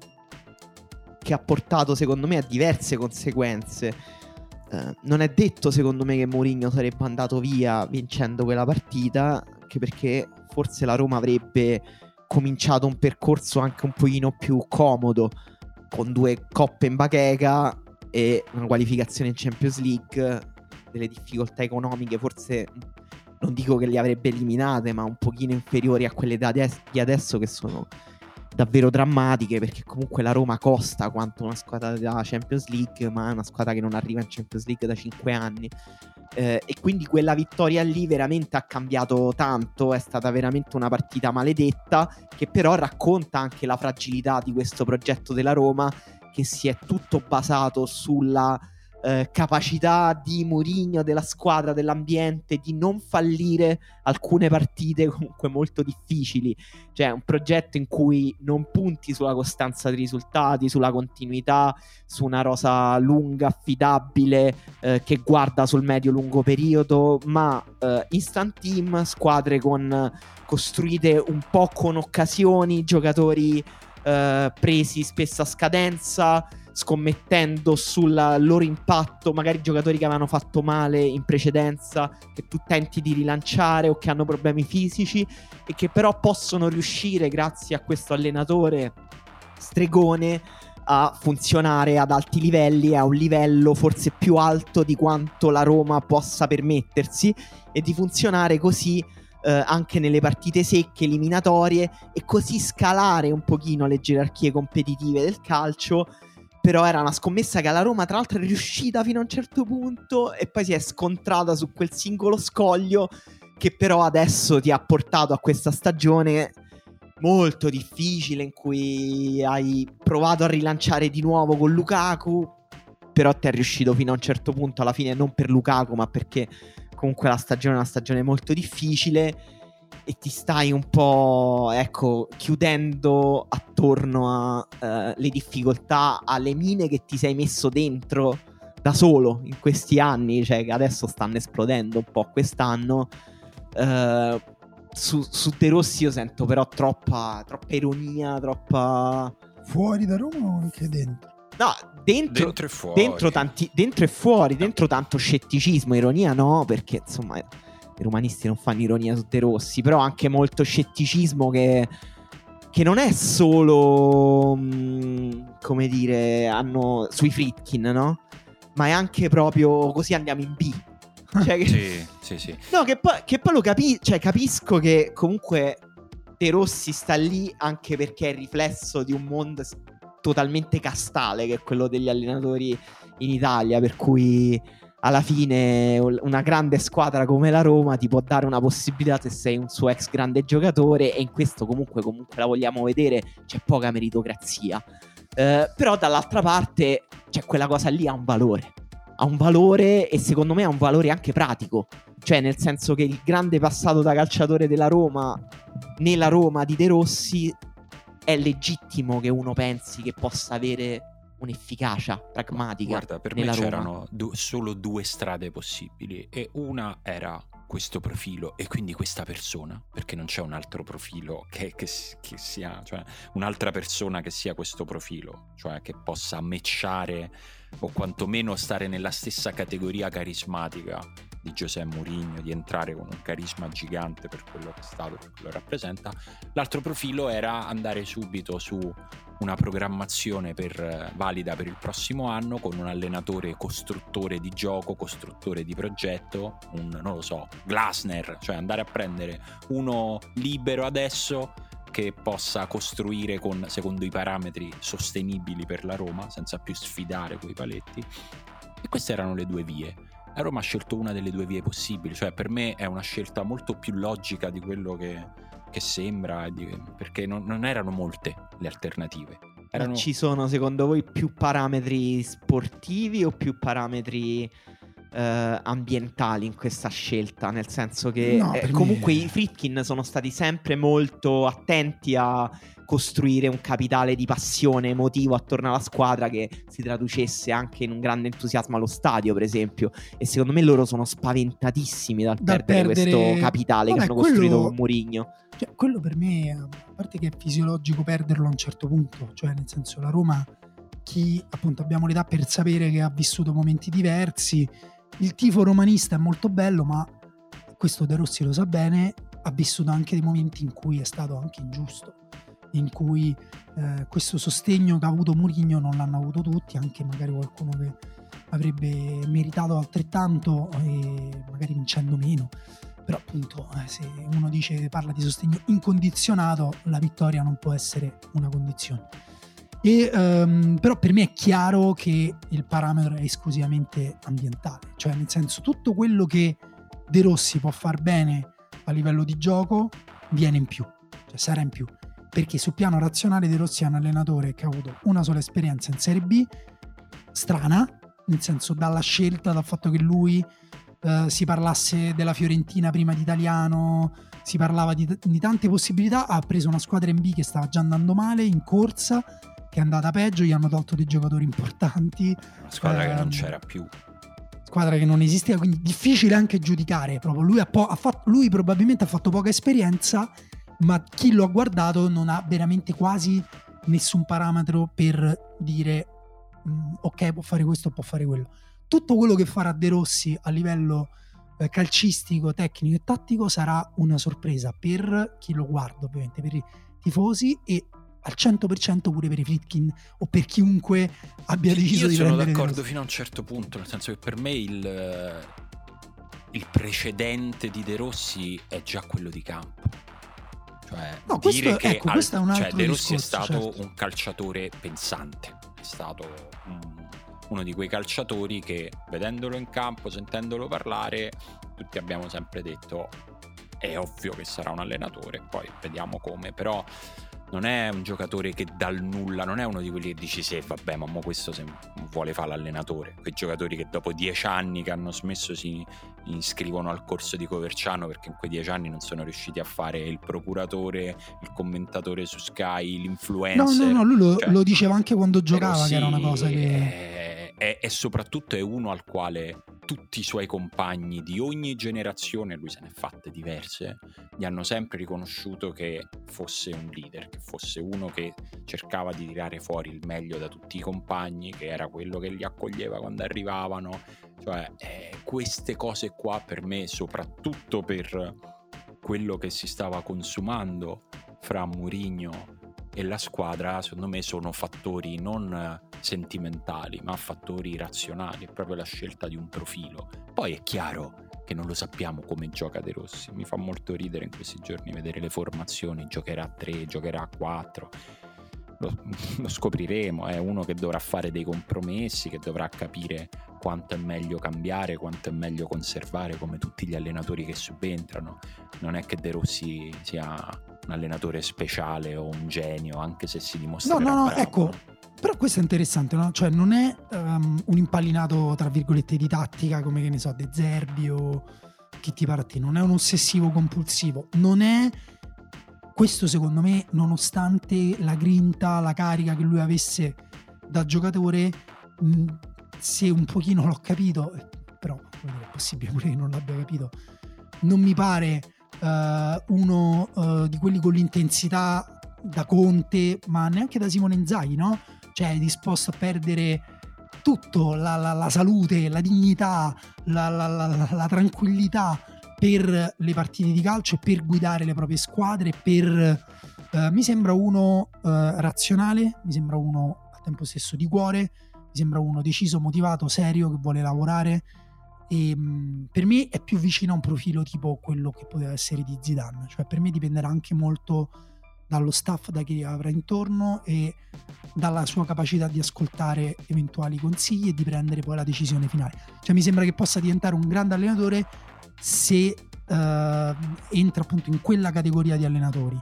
Speaker 3: che ha portato secondo me a diverse conseguenze. Eh, non è detto secondo me che Mourinho sarebbe andato via vincendo quella partita, anche perché forse la Roma avrebbe cominciato un percorso anche un pochino più comodo, con due coppe in bacheca e una qualificazione in Champions League. Delle difficoltà economiche forse non dico che le avrebbe eliminate, ma un pochino inferiori a quelle da ades- di adesso, che sono davvero drammatiche, perché comunque la Roma costa quanto una squadra della Champions League, ma è una squadra che non arriva in Champions League da cinque anni, eh, e quindi quella vittoria lì veramente ha cambiato tanto, è stata veramente una partita maledetta, che però racconta anche la fragilità di questo progetto della Roma, che si è tutto basato sulla Eh, capacità di Mourinho, della squadra, dell'ambiente, di non fallire alcune partite comunque molto difficili. Cioè un progetto in cui non punti sulla costanza dei risultati, sulla continuità, su una rosa lunga, affidabile, eh, che guarda sul medio-lungo periodo, ma eh, instant team, squadre con costruite un po' con occasioni, giocatori eh, presi spesso a scadenza, scommettendo sul loro impatto, magari giocatori che avevano fatto male in precedenza, che tu tenti di rilanciare o che hanno problemi fisici e che però possono riuscire, grazie a questo allenatore stregone, a funzionare ad alti livelli, a un livello forse più alto di quanto la Roma possa permettersi, e di funzionare così eh, anche nelle partite secche, eliminatorie, e così scalare un pochino le gerarchie competitive del calcio. Però era una scommessa che alla Roma tra l'altro è riuscita fino a un certo punto e poi si è scontrata su quel singolo scoglio, che però adesso ti ha portato a questa stagione molto difficile in cui hai provato a rilanciare di nuovo con Lukaku, però ti è riuscito fino a un certo punto, alla fine non per Lukaku ma perché comunque la stagione è una stagione molto difficile e ti stai un po', ecco, chiudendo attorno alle uh, difficoltà, alle mine che ti sei messo dentro da solo in questi anni, cioè che adesso stanno esplodendo un po' quest'anno. Uh, su, su De Rossi io sento però troppa, troppa ironia, troppa...
Speaker 4: Fuori da Roma o anche dentro?
Speaker 3: No, dentro,
Speaker 2: dentro e fuori.
Speaker 3: Dentro, tanti, dentro e fuori, dentro tanto scetticismo, ironia no, perché insomma... i romanisti non fanno ironia su De Rossi, però anche molto scetticismo che, che non è solo mh, come dire, hanno sui Friedkin, no? Ma è anche proprio così andiamo in B. Cioè che,
Speaker 2: sì, sì, sì.
Speaker 3: No, che poi, che poi lo capi- cioè, capisco che comunque De Rossi sta lì anche perché è il riflesso di un mondo totalmente castale, che è quello degli allenatori in Italia, per cui alla fine una grande squadra come la Roma ti può dare una possibilità se sei un suo ex grande giocatore, e in questo comunque comunque la vogliamo vedere, c'è poca meritocrazia, eh, però dall'altra parte c'è quella cosa lì, ha un valore ha un valore e secondo me ha un valore anche pratico, cioè nel senso che il grande passato da calciatore della Roma nella Roma di De Rossi è legittimo che uno pensi che possa avere un'efficacia pragmatica.
Speaker 2: Guarda, per me
Speaker 3: Roma.
Speaker 2: c'erano du- solo due strade possibili, e una era questo profilo e quindi questa persona, perché non c'è un altro profilo che, che, che sia, cioè un'altra persona che sia questo profilo, cioè che possa matchare o quantomeno stare nella stessa categoria carismatica di José Mourinho, di entrare con un carisma gigante per quello che è stato, per quello che rappresenta. L'altro profilo era andare subito su una programmazione per, valida per il prossimo anno, con un allenatore costruttore di gioco, costruttore di progetto, un, non lo so, Glasner, cioè andare a prendere uno libero adesso che possa costruire con, secondo i parametri sostenibili per la Roma, senza più sfidare quei paletti. E queste erano le due vie. La Roma ha scelto una delle due vie possibili, cioè per me è una scelta molto più logica di quello che, che sembra, di, perché non, non erano molte le alternative. Erano...
Speaker 3: Ci sono secondo voi più parametri sportivi o più parametri eh, ambientali in questa scelta? Nel senso che
Speaker 4: no,
Speaker 3: eh, comunque
Speaker 4: me...
Speaker 3: i Friedkin sono stati sempre molto attenti a costruire un capitale di passione emotivo attorno alla squadra che si traducesse anche in un grande entusiasmo allo stadio, per esempio, e secondo me loro sono spaventatissimi dal, dal perdere, perdere questo capitale Vabbè, che hanno quello... costruito con Mourinho.
Speaker 4: Cioè, quello per me, a parte che è fisiologico perderlo a un certo punto, cioè nel senso la Roma, chi appunto abbiamo l'età per sapere che ha vissuto momenti diversi, il tifo romanista è molto bello, ma questo De Rossi lo sa bene, ha vissuto anche dei momenti in cui è stato anche ingiusto, in cui eh, questo sostegno che ha avuto Mourinho non l'hanno avuto tutti, anche magari qualcuno che avrebbe meritato altrettanto e magari vincendo meno. Però appunto eh, se uno dice parla di sostegno incondizionato, la vittoria non può essere una condizione. E, um, però per me è chiaro che il parametro è esclusivamente ambientale, cioè nel senso tutto quello che De Rossi può far bene a livello di gioco viene in più, cioè sarà in più, perché sul piano razionale De Rossi è un allenatore che ha avuto una sola esperienza in Serie B, strana, nel senso dalla scelta, dal fatto che lui Uh, si parlasse della Fiorentina prima di Italiano, si parlava di, t- di tante possibilità, ha preso una squadra in B che stava già andando male, in corsa, che è andata peggio, gli hanno tolto dei giocatori importanti,
Speaker 2: una squadra uh, che non c'era più,
Speaker 4: squadra che non esisteva, quindi difficile anche giudicare proprio. Lui, ha po- ha fatto, lui probabilmente ha fatto poca esperienza, ma chi lo ha guardato non ha veramente quasi nessun parametro per dire mh, ok, può fare questo, può fare quello. Tutto quello che farà De Rossi a livello eh, calcistico, tecnico e tattico sarà una sorpresa per chi lo guarda, ovviamente per i tifosi, e al cento per cento pure per i Friedkin o per chiunque abbia deciso
Speaker 2: Io
Speaker 4: di
Speaker 2: sono
Speaker 4: prendere
Speaker 2: d'accordo
Speaker 4: De Rossi.
Speaker 2: fino a un certo punto, nel senso che per me il, il precedente di De Rossi è già quello di campo. Cioè,
Speaker 4: No,
Speaker 2: dire
Speaker 4: questo-
Speaker 2: che
Speaker 4: ecco,
Speaker 2: al-
Speaker 4: questo è un
Speaker 2: cioè,
Speaker 4: altro
Speaker 2: De Rossi
Speaker 4: discorso,
Speaker 2: è stato
Speaker 4: certo.
Speaker 2: un calciatore pensante, è stato un- uno di quei calciatori che, vedendolo in campo, sentendolo parlare, tutti abbiamo sempre detto è ovvio che sarà un allenatore, poi vediamo come, però non è un giocatore che dal nulla, non è uno di quelli che dici sì, vabbè, ma mo questo se vuole fare l'allenatore, quei giocatori che dopo dieci anni che hanno smesso si iscrivono al corso di Coverciano perché in quei dieci anni non sono riusciti a fare il procuratore, il commentatore su Sky,
Speaker 4: No,
Speaker 2: l'influencer.
Speaker 4: no, no, lui lo,
Speaker 2: Cioè,
Speaker 4: lo diceva anche quando
Speaker 2: però
Speaker 4: giocava,
Speaker 2: sì,
Speaker 4: che era una cosa che...
Speaker 2: è, è- è soprattutto è uno al quale tutti i suoi compagni di ogni generazione, lui se ne è fatte diverse, gli hanno sempre riconosciuto che fosse un leader, che fosse uno che cercava di tirare fuori il meglio da tutti i compagni, che era quello che li accoglieva quando arrivavano. Cioè, eh, queste cose qua per me, soprattutto per quello che si stava consumando fra Mourinho e la squadra, secondo me sono fattori non eh, sentimentali, ma fattori razionali, è proprio la scelta di un profilo. Poi è chiaro che non lo sappiamo come gioca De Rossi, mi fa molto ridere in questi giorni vedere le formazioni, giocherà a tre, giocherà a quattro, lo, lo scopriremo, è uno che dovrà fare dei compromessi, che dovrà capire quanto è meglio cambiare, quanto è meglio conservare, come tutti gli allenatori che subentrano. Non è che De Rossi sia un allenatore speciale o un genio, anche se si dimostra
Speaker 4: No, no, no,
Speaker 2: bravo.
Speaker 4: ecco, però questo è interessante, no? Cioè non è um, un impallinato, tra virgolette, di tattica, come che ne so, De Zerbi o chi ti pare a te, non è un ossessivo compulsivo, non è questo, secondo me, nonostante la grinta, la carica che lui avesse da giocatore, mh, se un pochino l'ho capito, però voglio dire, è possibile pure che non l'abbia capito, non mi pare uh, uno uh, di quelli con l'intensità da Conte, ma neanche da Simone Inzaghi, no? Cioè è disposto a perdere tutto, la, la, la salute, la dignità, la, la, la, la tranquillità per le partite di calcio e per guidare le proprie squadre, per uh, mi sembra uno uh, razionale, mi sembra uno al tempo stesso di cuore, mi sembra uno deciso, motivato, serio, che vuole lavorare, e mh, per me è più vicino a un profilo tipo quello che poteva essere di Zidane. Cioè per me dipenderà anche molto dallo staff, da chi avrà intorno e dalla sua capacità di ascoltare eventuali consigli e di prendere poi la decisione finale. Cioè mi sembra che possa diventare un grande allenatore se uh, entra appunto in quella categoria di allenatori.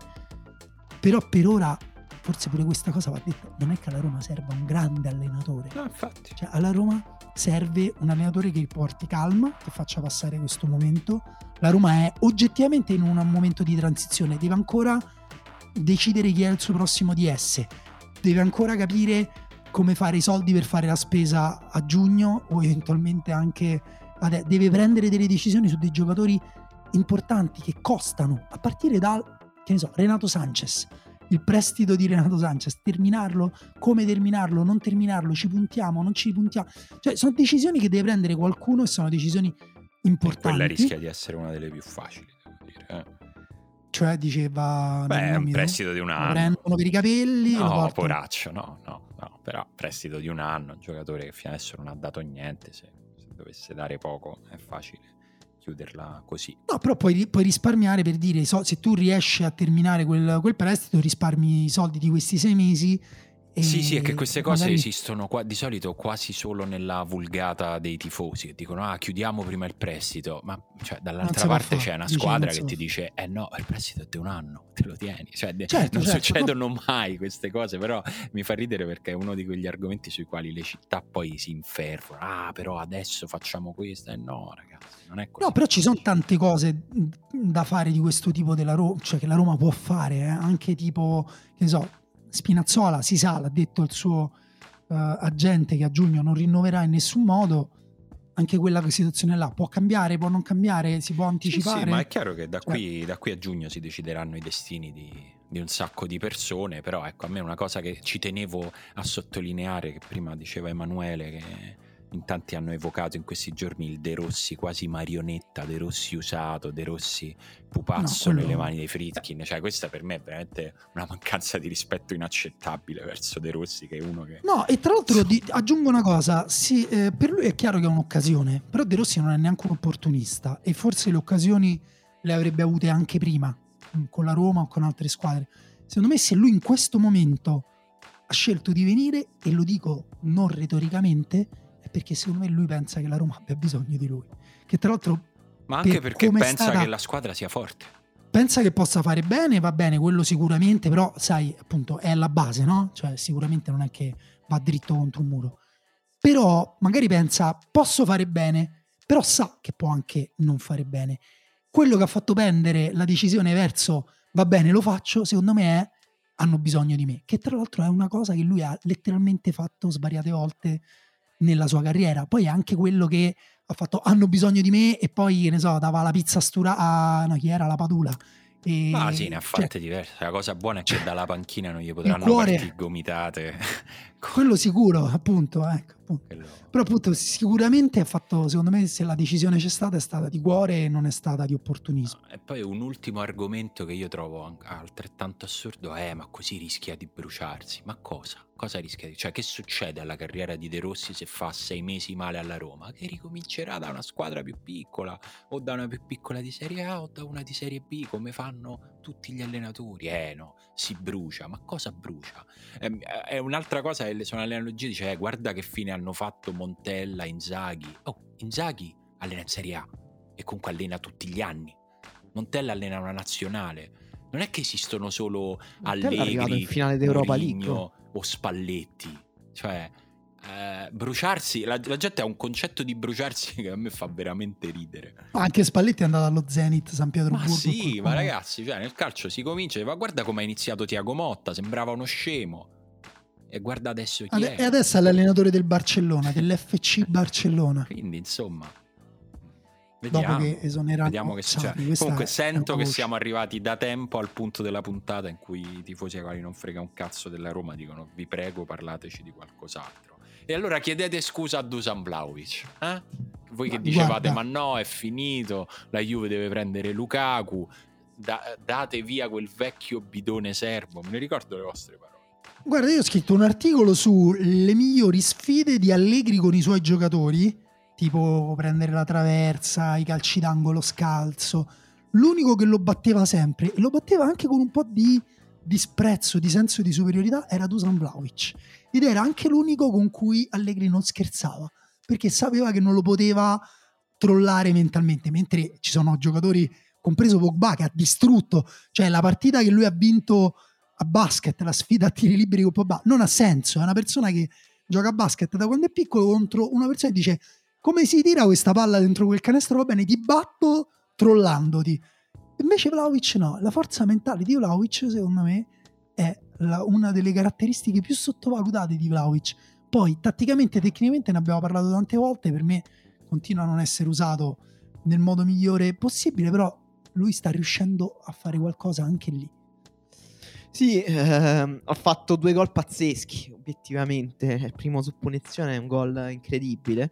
Speaker 4: Però per ora forse pure questa cosa va detta, non è che alla Roma serva un grande allenatore.
Speaker 2: No, infatti.
Speaker 4: Cioè alla Roma serve un allenatore che porti calma, che faccia passare questo momento. La Roma è oggettivamente in un momento di transizione, deve ancora decidere chi è il suo prossimo D S, deve ancora capire come fare i soldi per fare la spesa a giugno o eventualmente anche adesso. Deve prendere delle decisioni su dei giocatori importanti che costano, a partire dal, che ne so, Renato Sanchez, il prestito di Renato Sanchez, terminarlo, come terminarlo, non terminarlo, ci puntiamo, non ci puntiamo, cioè sono decisioni che deve prendere qualcuno e sono decisioni importanti.
Speaker 2: E quella rischia di essere una delle più facili, devo dire, eh.
Speaker 4: Cioè diceva
Speaker 2: beh, è un prestito di un anno,
Speaker 4: lo prendono per i capelli, lo
Speaker 2: no,
Speaker 4: portano...
Speaker 2: poraccio, no, no, no, però prestito di un anno, un giocatore che fino adesso non ha dato niente, se, se dovesse dare poco è facile chiuderla così.
Speaker 4: No, però puoi, puoi risparmiare, per dire, so, se tu riesci a terminare quel, quel prestito, risparmi i soldi di questi sei mesi. E
Speaker 2: sì, sì, è che queste cose
Speaker 4: magari...
Speaker 2: esistono qua, di solito quasi solo nella vulgata dei tifosi che dicono ah chiudiamo prima il prestito, ma cioè, dall'altra parte c'è una squadra che ti dice eh no, il prestito è di un anno, te lo tieni, cioè,
Speaker 4: certo,
Speaker 2: non
Speaker 4: certo,
Speaker 2: succedono
Speaker 4: no.
Speaker 2: mai queste cose, però mi fa ridere perché è uno di quegli argomenti sui quali le città poi si infervorano, ah però adesso facciamo questo, eh no ragazzi, non è così.
Speaker 4: No, però ci sono tante cose da fare di questo tipo della Roma, cioè che la Roma può fare, eh? Anche tipo, che ne so, Spinazzola, si sa, l'ha detto il suo uh, agente che a giugno non rinnoverà in nessun modo. Anche quella situazione là può cambiare, può non cambiare, si può anticipare.
Speaker 2: Sì, sì, ma è chiaro che da,
Speaker 4: cioè...
Speaker 2: qui, da qui a giugno si decideranno i destini di di un sacco di persone, però ecco, a me una cosa che ci tenevo a sottolineare, che prima diceva Emanuele, che in tanti hanno evocato in questi giorni il De Rossi quasi marionetta, De Rossi usato, De Rossi pupazzo
Speaker 4: No, quello-
Speaker 2: nelle mani dei Friedkin, cioè questa per me è veramente una mancanza di rispetto inaccettabile verso De Rossi, che è uno che...
Speaker 4: No, e tra l'altro di- aggiungo una cosa, sì, eh, per lui è chiaro che è un'occasione, però De Rossi non è neanche un opportunista e forse le occasioni le avrebbe avute anche prima, mh, con la Roma o con altre squadre. Secondo me se lui in questo momento ha scelto di venire, e lo dico non retoricamente, è perché secondo me lui pensa che la Roma abbia bisogno di lui. Che tra l'altro
Speaker 2: Ma anche
Speaker 4: per
Speaker 2: perché
Speaker 4: come è
Speaker 2: pensa
Speaker 4: stata-
Speaker 2: che la squadra sia forte.
Speaker 4: pensa che possa fare bene, va bene, quello sicuramente, però sai, appunto, è alla base, no? Cioè sicuramente non è che va dritto contro un muro. Però magari pensa, posso fare bene, però sa che può anche non fare bene. Quello che ha fatto pendere la decisione verso va bene, lo faccio, secondo me è hanno bisogno di me, che tra l'altro è una cosa che lui ha letteralmente fatto svariate volte nella sua carriera. Poi è anche quello che ha fatto hanno bisogno di me e poi, che ne so, dava la pizza stura a no, chi era? La Padula. E,
Speaker 2: Ma sì, ne ha
Speaker 4: cioè,
Speaker 2: fatte diverse. La cosa buona è che dalla panchina non gli potranno
Speaker 4: cuore-
Speaker 2: partire gomitate.
Speaker 4: quello sicuro, appunto, ecco, appunto.
Speaker 2: Quello-
Speaker 4: Però appunto sicuramente ha fatto, secondo me, se la decisione c'è stata è stata di cuore e non è stata di opportunismo.
Speaker 2: E poi un ultimo argomento che io trovo an- altrettanto assurdo è: ma così rischia di bruciarsi. Ma cosa? Cosa rischia di... Cioè, che succede alla carriera di De Rossi se fa sei mesi male alla Roma? Che ricomincerà da una squadra più piccola, o da una più piccola di Serie A, o da una di Serie B, come fanno tutti gli allenatori. Eh no, si brucia. Ma cosa brucia? È, è un'altra cosa che sono le analogie, dice eh, guarda che fine hanno fatto Montella, Inzaghi. Oh, Inzaghi allena in Serie A e comunque allena tutti gli anni. Montella allena una nazionale. Non è che esistono solo
Speaker 3: Montella è arrivato
Speaker 2: Allegri,
Speaker 3: in finale d'Europa
Speaker 2: Mourinho
Speaker 3: League.
Speaker 2: o Spalletti. Cioè eh, bruciarsi, la, la gente ha un concetto di bruciarsi che a me fa veramente ridere.
Speaker 4: Ma anche Spalletti è andato allo Zenit San
Speaker 2: Ma
Speaker 4: Pietroburgo.
Speaker 2: sì,
Speaker 4: qualcuno-
Speaker 2: ma ragazzi, cioè nel calcio si comincia, ma guarda come ha iniziato Thiago Motta, sembrava uno scemo. E guarda adesso chi
Speaker 4: Ade-
Speaker 2: è.
Speaker 4: E adesso è l'allenatore del Barcellona, dell'F C Barcellona.
Speaker 2: Quindi insomma,
Speaker 4: Dopo
Speaker 2: vediamo,
Speaker 4: che esonerano
Speaker 2: vediamo che
Speaker 4: Xavi.
Speaker 2: succede.
Speaker 4: Questa
Speaker 2: Comunque
Speaker 4: è
Speaker 2: sento
Speaker 4: una
Speaker 2: che
Speaker 4: voce.
Speaker 2: siamo arrivati da tempo al punto della puntata in cui i tifosi ai quali non frega un cazzo della Roma dicono vi prego parlateci di qualcos'altro. E allora chiedete scusa a Dusan Vlahovic, eh? Voi che
Speaker 4: Ma
Speaker 2: dicevate
Speaker 4: guarda.
Speaker 2: ma no è finito, la Juve deve prendere Lukaku, da- date via quel vecchio bidone serbo, me ne ricordo le vostre parole.
Speaker 4: Guarda, io ho scritto un articolo sulle migliori sfide di Allegri con i suoi giocatori, tipo prendere la traversa, i calci d'angolo scalzo. L'unico che lo batteva sempre, e lo batteva anche con un po' di disprezzo, di senso di superiorità, era Dusan Vlahovic. Ed era anche l'unico con cui Allegri non scherzava, perché sapeva che non lo poteva trollare mentalmente, mentre ci sono giocatori, compreso Pogba, che ha distrutto, cioè la partita che lui ha vinto a basket, la sfida a tiri liberi con Pogba, non ha senso. È una persona che gioca a basket da quando è piccolo contro una persona che dice come si tira questa palla dentro quel canestro, va bene, ti batto trollandoti. Invece Vlahovic no, la forza mentale di Vlahovic secondo me è la- una delle caratteristiche più sottovalutate di Vlahovic. Poi tatticamente, tecnicamente ne abbiamo parlato tante volte, per me continua a non essere usato nel modo migliore possibile, però lui sta riuscendo a fare qualcosa anche lì.
Speaker 3: Sì, ehm, ha fatto due gol pazzeschi, obiettivamente. Il primo su punizione è un gol incredibile.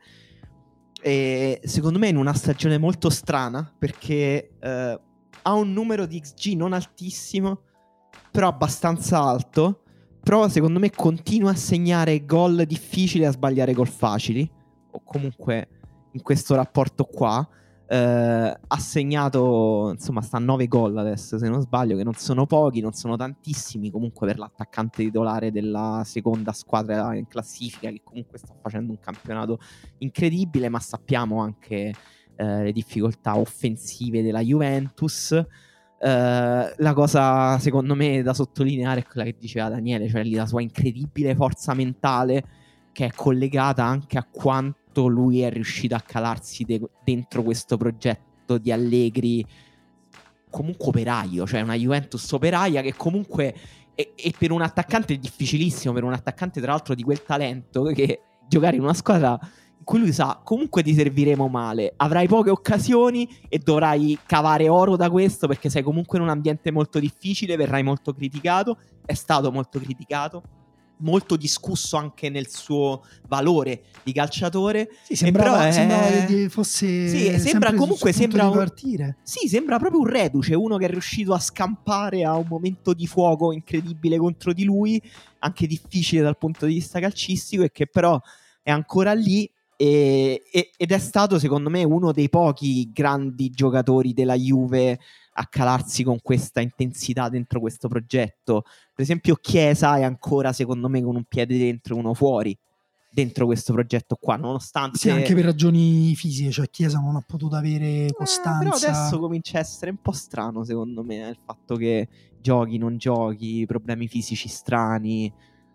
Speaker 3: E secondo me in una stagione molto strana, perché eh, ha un numero di X G non altissimo, però abbastanza alto. Però secondo me continua a segnare gol difficili e a sbagliare gol facili. O comunque in questo rapporto qua. Eh, ha segnato, insomma, sta a nove gol adesso, se non sbaglio, che non sono pochi, non sono tantissimi comunque per l'attaccante titolare della seconda squadra in classifica, che comunque sta facendo un campionato incredibile, ma sappiamo anche eh, le difficoltà offensive della Juventus. Eh, la cosa secondo me da sottolineare è quella che diceva Daniele, cioè la sua incredibile forza mentale, che è collegata anche a quanto lui è riuscito a calarsi de- dentro questo progetto di Allegri, comunque operaio, cioè una Juventus operaia che comunque e, e per un attaccante è difficilissimo, per un attaccante tra l'altro di quel talento, che giocare in una squadra cui lui sa comunque ti serviremo male, avrai poche occasioni e dovrai cavare oro da questo perché sei comunque in un ambiente molto difficile, verrai molto criticato, è stato molto criticato, molto discusso anche nel suo valore di calciatore.
Speaker 4: Sì, sembrava,
Speaker 3: però è...
Speaker 4: sembrava che fosse
Speaker 3: sì, sembra comunque sembra un...
Speaker 4: partire.
Speaker 3: Sì, sembra proprio un reduce, uno che è riuscito a scampare a un momento di fuoco incredibile contro di lui, anche difficile dal punto di vista calcistico, e che però è ancora lì. E, e, ed è stato secondo me uno dei pochi grandi giocatori della Juve a calarsi con questa intensità dentro questo progetto. Per esempio Chiesa è ancora secondo me con un piede dentro e uno fuori dentro questo progetto qua, nonostante
Speaker 4: sì, anche per ragioni fisiche, cioè Chiesa non ha potuto avere costanza,
Speaker 3: eh, però adesso comincia a essere un po' strano secondo me, eh, il fatto che giochi, non giochi, problemi fisici strani.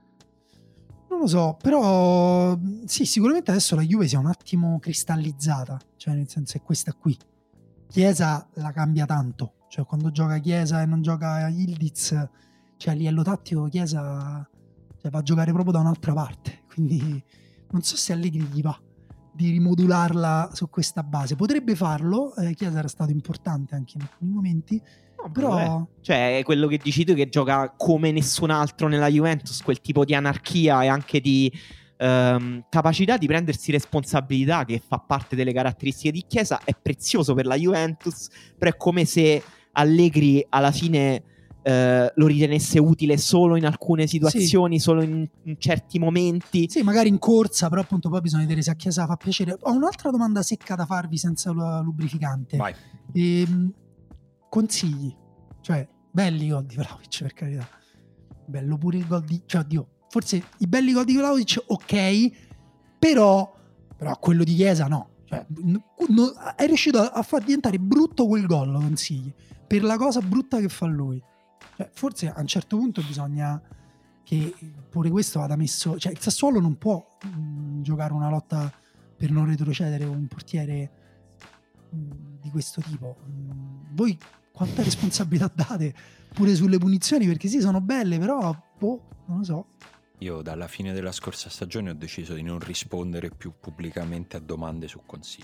Speaker 4: Non lo so, però sì, sicuramente adesso la Juve si è un attimo cristallizzata, cioè nel senso è questa qui. Chiesa la cambia tanto, cioè quando gioca Chiesa e non gioca Yildiz, cioè a livello tattico Chiesa cioè, va a giocare proprio da un'altra parte, quindi non so se Allegri gli va di rimodularla su questa base. Potrebbe farlo, eh, Chiesa era stato importante anche in alcuni momenti. No, però
Speaker 3: cioè è quello che dici tu, che gioca come nessun altro nella Juventus, quel tipo di anarchia e anche di ehm, capacità di prendersi responsabilità che fa parte delle caratteristiche di Chiesa, è prezioso per la Juventus, però è come se Allegri alla fine eh, lo ritenesse utile solo in alcune situazioni, sì. Solo in, in certi momenti.
Speaker 4: Sì, magari in corsa, però appunto poi bisogna vedere se a Chiesa fa piacere. Ho un'altra domanda secca da farvi senza lubrificante.
Speaker 2: Vai.
Speaker 4: Ehm Consigli, cioè belli gol di Vlahovic, per carità, bello pure il gol di, cioè oddio, forse i belli gol di Vlahovic ok, però però quello di Chiesa no, cioè, no, no, è riuscito a, a far diventare brutto quel gol, lo consigli, per la cosa brutta che fa lui, cioè, forse a un certo punto bisogna che pure questo vada messo, cioè il Sassuolo non può mh, giocare una lotta per non retrocedere con un portiere mh, di questo tipo. Mh, voi quanta responsabilità date pure sulle punizioni, perché sì, sono belle, però boh, non lo so.
Speaker 2: Io dalla fine della scorsa stagione ho deciso di non rispondere più pubblicamente a domande su Consigli.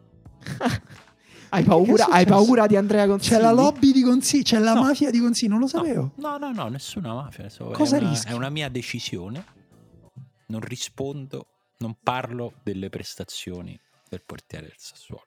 Speaker 3: Hai paura, hai paura di Andrea Consigli?
Speaker 4: C'è la lobby di Consigli, c'è la
Speaker 2: no.
Speaker 4: mafia di Consigli, non lo sapevo.
Speaker 2: No, no, no, nessuna mafia. So,
Speaker 4: Cosa
Speaker 2: è una,
Speaker 4: rischi?
Speaker 2: È una mia decisione. Non rispondo, non parlo delle prestazioni del portiere del Sassuolo.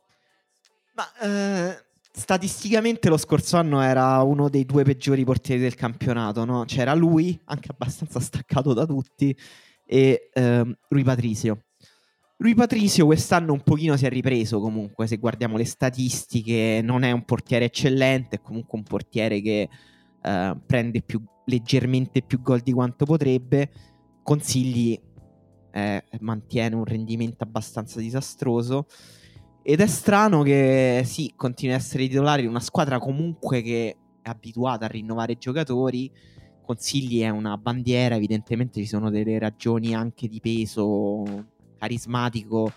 Speaker 3: Ma eh, statisticamente lo scorso anno era uno dei due peggiori portieri del campionato, no? C'era lui, anche abbastanza staccato da tutti, e ehm, Rui Patricio. Rui Patricio quest'anno un pochino si è ripreso comunque, se guardiamo le statistiche, non è un portiere eccellente, è comunque un portiere che eh, prende più, leggermente più gol di quanto potrebbe. Consigli eh, mantiene un rendimento abbastanza disastroso. Ed è strano che sì, continui a essere titolare di una squadra comunque che è abituata a rinnovare i giocatori. Consigli è una bandiera, evidentemente ci sono delle ragioni anche di peso carismatico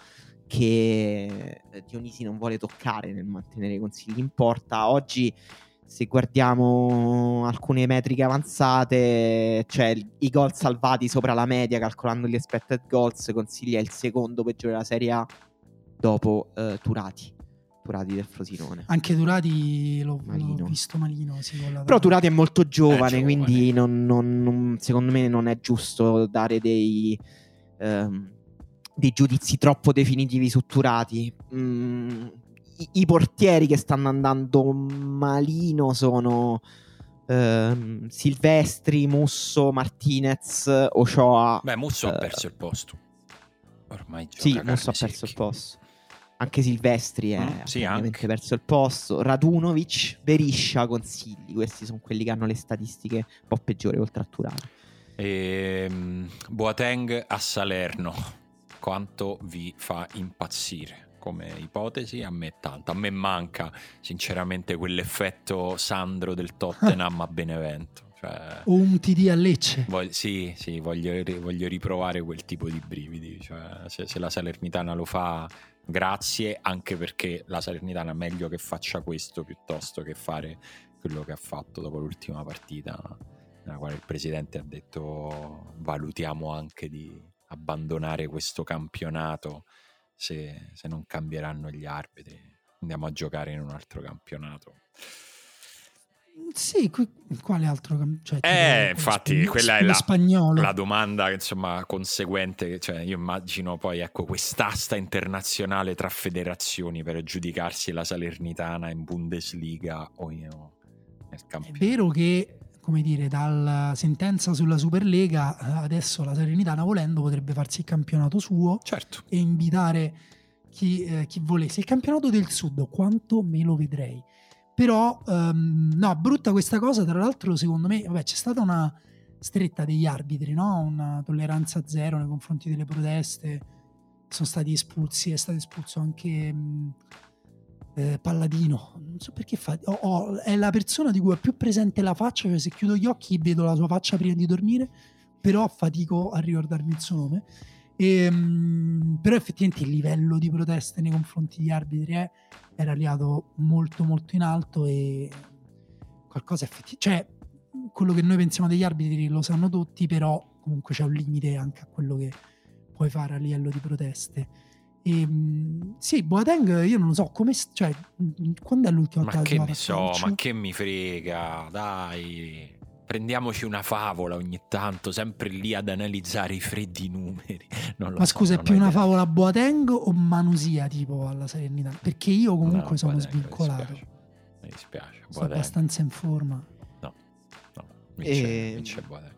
Speaker 3: che Dionisi non vuole toccare nel mantenere Consigli in porta. Oggi, se guardiamo alcune metriche avanzate, cioè i gol salvati sopra la media calcolando gli expected goals, Consigli è il secondo peggiore della Serie A dopo uh, Turati Turati del Frosinone.
Speaker 4: Anche Turati l'ho, l'ho visto malino, sì,
Speaker 3: però Turati è molto giovane,
Speaker 2: è giovane.
Speaker 3: Quindi non, non, non, secondo me non è giusto dare dei um, dei giudizi troppo definitivi su Turati. mm, i, i portieri che stanno andando malino sono um, Silvestri, Musso, Martinez, Ochoa.
Speaker 2: Beh, Musso
Speaker 3: uh,
Speaker 2: ha perso il posto ormai.
Speaker 3: Sì, Musso ha perso il posto. Anche Silvestri è
Speaker 2: mm, sì,
Speaker 3: praticamente perso il posto. Radunovic, Beriscia, Consigli. Questi sono quelli che hanno le statistiche un po' peggiori oltre a Turati.
Speaker 2: E, um, Boateng a Salerno, quanto vi fa impazzire come ipotesi? A me tanto. A me manca sinceramente quell'effetto Sandro del Tottenham a Benevento. Cioè,
Speaker 4: o un T D a Lecce.
Speaker 2: Voglio, sì, sì, voglio, voglio riprovare quel tipo di brividi. Cioè, se, se la Salernitana lo fa, grazie, anche perché la Salernitana è meglio che faccia questo piuttosto che fare quello che ha fatto dopo l'ultima partita, nella quale il presidente ha detto valutiamo anche di abbandonare questo campionato se, se non cambieranno gli arbitri. Andiamo a giocare in un altro campionato.
Speaker 4: Sì, qui, quale altro? Cioè,
Speaker 2: eh, infatti,
Speaker 4: spagno-
Speaker 2: quella è la,
Speaker 4: spagnolo.
Speaker 2: la domanda, insomma, conseguente. Cioè, io immagino poi, ecco, quest'asta internazionale tra federazioni per aggiudicarsi la Salernitana in Bundesliga o in, nel campionato.
Speaker 4: È vero che, come dire, dalla sentenza sulla Superlega, adesso la Salernitana, volendo, potrebbe farsi il campionato suo,
Speaker 2: certo,
Speaker 4: e invitare chi, eh, chi volesse. Il campionato del Sud, quanto me lo vedrei. Però, um, no, brutta questa cosa. Tra l'altro, secondo me, vabbè, c'è stata una stretta degli arbitri, no? Una tolleranza zero nei confronti delle proteste. Sono stati espulsi, è stato espulso anche mh, eh, Palladino. Non so perché fa. Oh, oh, è la persona di cui è più presente la faccia, cioè se chiudo gli occhi vedo la sua faccia prima di dormire, però fatico a ricordarmi il suo nome. E, mh, però effettivamente il livello di proteste nei confronti degli arbitri è, era arrivato molto molto in alto, e qualcosa effettivamente, cioè quello che noi pensiamo degli arbitri lo sanno tutti, però comunque c'è un limite anche a quello che puoi fare a livello di proteste. E, mh, sì, Boateng io non lo so come, cioè quando è l'ultima
Speaker 2: volta che mi so, ma che mi frega, dai. Prendiamoci una favola ogni tanto, sempre lì ad analizzare i freddi numeri. Non lo
Speaker 4: Ma
Speaker 2: so,
Speaker 4: scusa, è più una
Speaker 2: idea.
Speaker 4: favola Boateng o Manusia tipo alla Salernitana? Perché io comunque
Speaker 2: no,
Speaker 4: sono
Speaker 2: Boateng,
Speaker 4: svincolato.
Speaker 2: Mi dispiace, mi dispiace.
Speaker 4: Sono abbastanza in forma.
Speaker 2: No, no, vince,
Speaker 3: E...
Speaker 2: vince Boateng.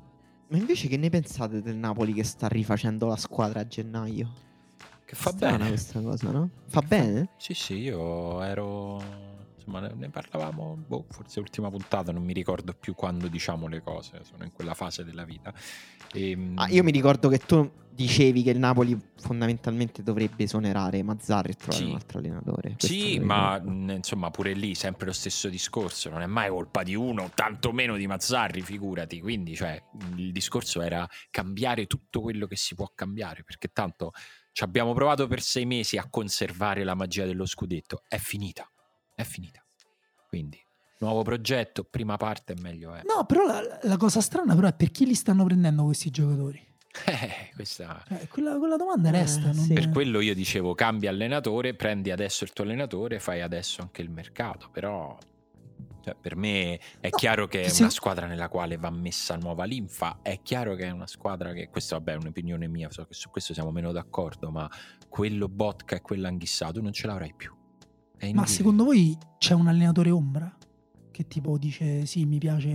Speaker 3: Ma invece che ne pensate del Napoli che sta rifacendo la squadra a gennaio?
Speaker 2: Che fa
Speaker 3: Strana
Speaker 2: bene
Speaker 3: questa cosa, no? Fa bene?
Speaker 2: Sì, sì, io ero... Insomma, ne parlavamo, boh, forse l'ultima puntata, non mi ricordo più quando diciamo le cose, sono in quella fase della vita. E,
Speaker 3: ah, io mi ricordo che tu dicevi che il Napoli fondamentalmente dovrebbe esonerare Mazzarri e trovare
Speaker 2: sì.
Speaker 3: un altro allenatore.
Speaker 2: Sì, ma mh, insomma pure lì sempre lo stesso discorso, non è mai colpa di uno, tantomeno di Mazzarri, figurati. Quindi, cioè, il discorso era cambiare tutto quello che si può cambiare, perché tanto ci abbiamo provato per sei mesi a conservare la magia dello scudetto, è finita. È finita. Quindi, nuovo progetto, prima parte, meglio è.
Speaker 4: No, però la, la cosa strana però è per chi li stanno prendendo questi giocatori?
Speaker 2: Eh, questa...
Speaker 4: Cioè, quella, quella domanda resta.
Speaker 3: Eh,
Speaker 4: non
Speaker 3: sì.
Speaker 2: Per quello io dicevo, cambia allenatore, prendi adesso il tuo allenatore, fai adesso anche il mercato. Però, cioè, per me è
Speaker 4: no,
Speaker 2: chiaro che è
Speaker 4: se...
Speaker 2: una squadra nella quale va messa nuova linfa. È chiaro che è una squadra che, questo vabbè è un'opinione mia, so che su questo siamo meno d'accordo, ma quello Botka e quell'Anghissà tu non ce l'avrai più.
Speaker 4: Ma secondo voi c'è un allenatore ombra che tipo dice sì, mi piace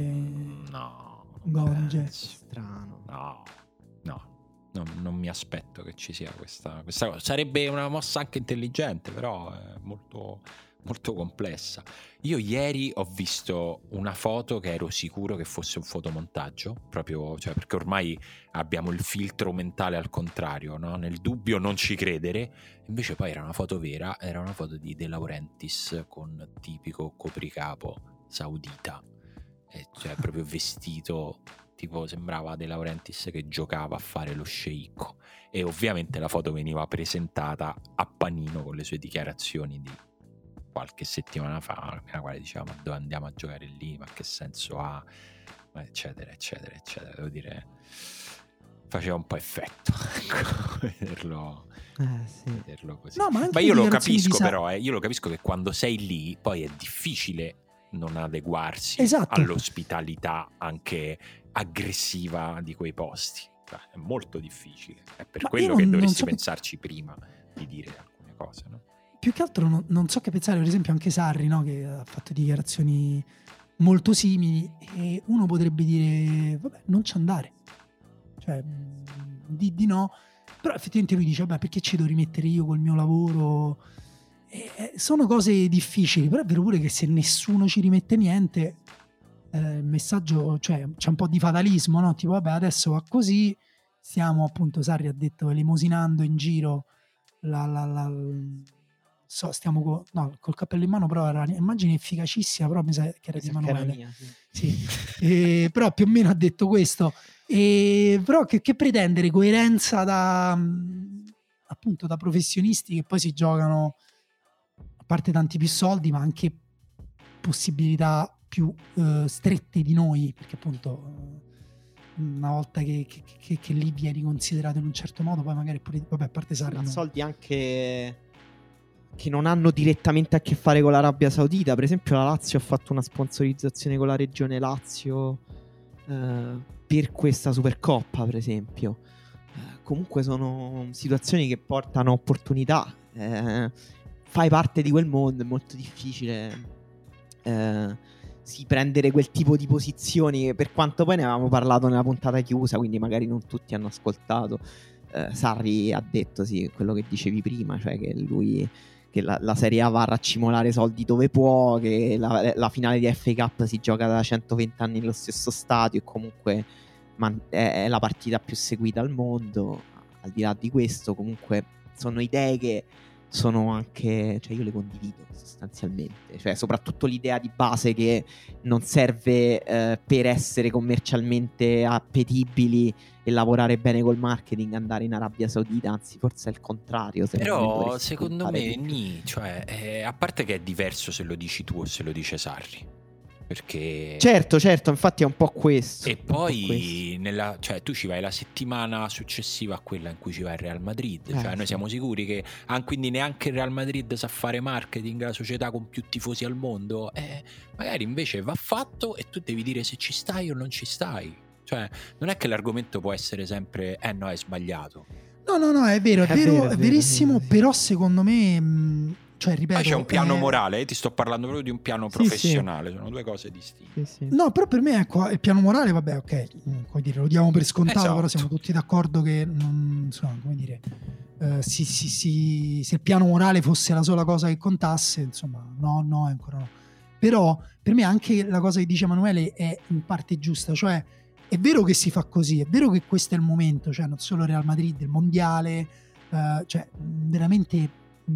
Speaker 2: no,
Speaker 4: Gonge?
Speaker 3: Strano.
Speaker 2: No, no, no, non mi aspetto che ci sia questa, questa cosa. Sarebbe una mossa anche intelligente, però è molto, molto complessa. Io ieri ho visto una foto che ero sicuro che fosse un fotomontaggio, proprio, cioè, perché ormai abbiamo il filtro mentale al contrario, no? Nel dubbio non ci credere. Invece poi era una foto vera, era una foto di De Laurentiis con tipico copricapo saudita, e cioè proprio vestito, tipo sembrava De Laurentiis che giocava a fare lo sceicco. E ovviamente la foto veniva presentata a panino con le sue dichiarazioni di qualche settimana fa, nella quale diceva ma dove andiamo a giocare lì, ma che senso ha, eccetera eccetera eccetera. Devo dire, faceva un po' effetto vederlo,
Speaker 3: eh, sì.
Speaker 2: vederlo così.
Speaker 4: No, ma,
Speaker 2: ma io lo capisco però, eh, io lo capisco che quando sei lì poi è difficile non adeguarsi
Speaker 4: esatto.
Speaker 2: all'ospitalità anche aggressiva di quei posti. È molto difficile, è per
Speaker 4: ma
Speaker 2: quello
Speaker 4: non,
Speaker 2: che dovresti
Speaker 4: so
Speaker 2: pensarci che... prima di dire alcune cose, no?
Speaker 4: Più che altro non, non so che pensare, per esempio anche Sarri, no, che ha fatto dichiarazioni molto simili, e uno potrebbe dire vabbè, non ci andare, cioè di, di no, però effettivamente lui dice vabbè, perché ci devo rimettere io col mio lavoro? E sono cose difficili, però è vero pure che se nessuno ci rimette niente, eh, il messaggio, cioè c'è un po' di fatalismo, no? Tipo vabbè, adesso va così, stiamo, appunto Sarri ha detto, elemosinando in giro la, la, la, so, stiamo co- no, col cappello in mano, però era un'immagine efficacissima, però mi sa che era di Emanuele, mia, sì. Sì. E, però più o meno ha detto questo, e però che, che pretendere coerenza da appunto da professionisti che poi si giocano, a parte tanti più soldi, ma anche possibilità più uh, strette di noi, perché appunto uh, una volta che, che, che, che lì vieni considerato in un certo modo, poi magari pure, vabbè, a parte Sarri,
Speaker 3: Ma
Speaker 4: no.
Speaker 3: soldi anche che non hanno direttamente a che fare con l'Arabia Saudita. Per esempio la Lazio ha fatto una sponsorizzazione con la regione Lazio eh, per questa Supercoppa, per esempio. Eh, comunque sono situazioni che portano opportunità. Eh, fai parte di quel mondo, è molto difficile eh, sì, prendere quel tipo di posizioni, che per quanto poi ne avevamo parlato nella puntata chiusa, quindi magari non tutti hanno ascoltato. eh, Sarri ha detto sì, quello che dicevi prima, cioè che lui che la, la Serie A va a raccimolare soldi dove può, che la, la finale di F A Cup si gioca da centoventi anni nello stesso stadio e comunque man- è, è la partita più seguita al mondo. Al di là di questo, comunque sono idee che sono anche, cioè io le condivido sostanzialmente, cioè soprattutto l'idea di base che non serve eh, per essere commercialmente appetibili e lavorare bene col marketing andare in Arabia Saudita, anzi forse è il contrario.
Speaker 2: Però secondo me ni, cioè, eh, a parte che è diverso se lo dici tu o se lo dice Sarri, perché
Speaker 3: certo certo infatti è un po' questo.
Speaker 2: E poi nella, cioè, tu ci vai la settimana successiva a quella in cui ci va il Real Madrid,
Speaker 3: eh,
Speaker 2: cioè
Speaker 3: sì.
Speaker 2: noi siamo sicuri che ah, quindi neanche il Real Madrid sa fare marketing, la società con più tifosi al mondo, eh, magari invece va fatto e tu devi dire se ci stai o non ci stai, cioè non è che l'argomento può essere sempre eh no, è sbagliato.
Speaker 4: No no no, è vero, è,
Speaker 3: È
Speaker 4: vero,
Speaker 3: vero,
Speaker 4: è
Speaker 3: è vero,
Speaker 4: verissimo,
Speaker 3: è vero, sì.
Speaker 4: però secondo me mh, cioè ripeto,
Speaker 2: Poi c'è un piano
Speaker 4: eh,
Speaker 2: morale, eh, ti sto parlando proprio di un piano
Speaker 3: Sì,
Speaker 2: professionale, sono due cose distinte.
Speaker 3: Sì, sì.
Speaker 4: no, però per me ecco, il piano morale, vabbè, ok, come dire, lo diamo per scontato,
Speaker 2: Esatto.
Speaker 4: però siamo tutti d'accordo che non, insomma, come dire, eh, si, si, si, se il piano morale fosse la sola cosa che contasse, insomma, no, no, ancora no. Però per me anche la cosa che dice Emanuele è in parte giusta, cioè è vero che si fa così, è vero che questo è il momento, cioè non solo Real Madrid, il mondiale, eh, cioè veramente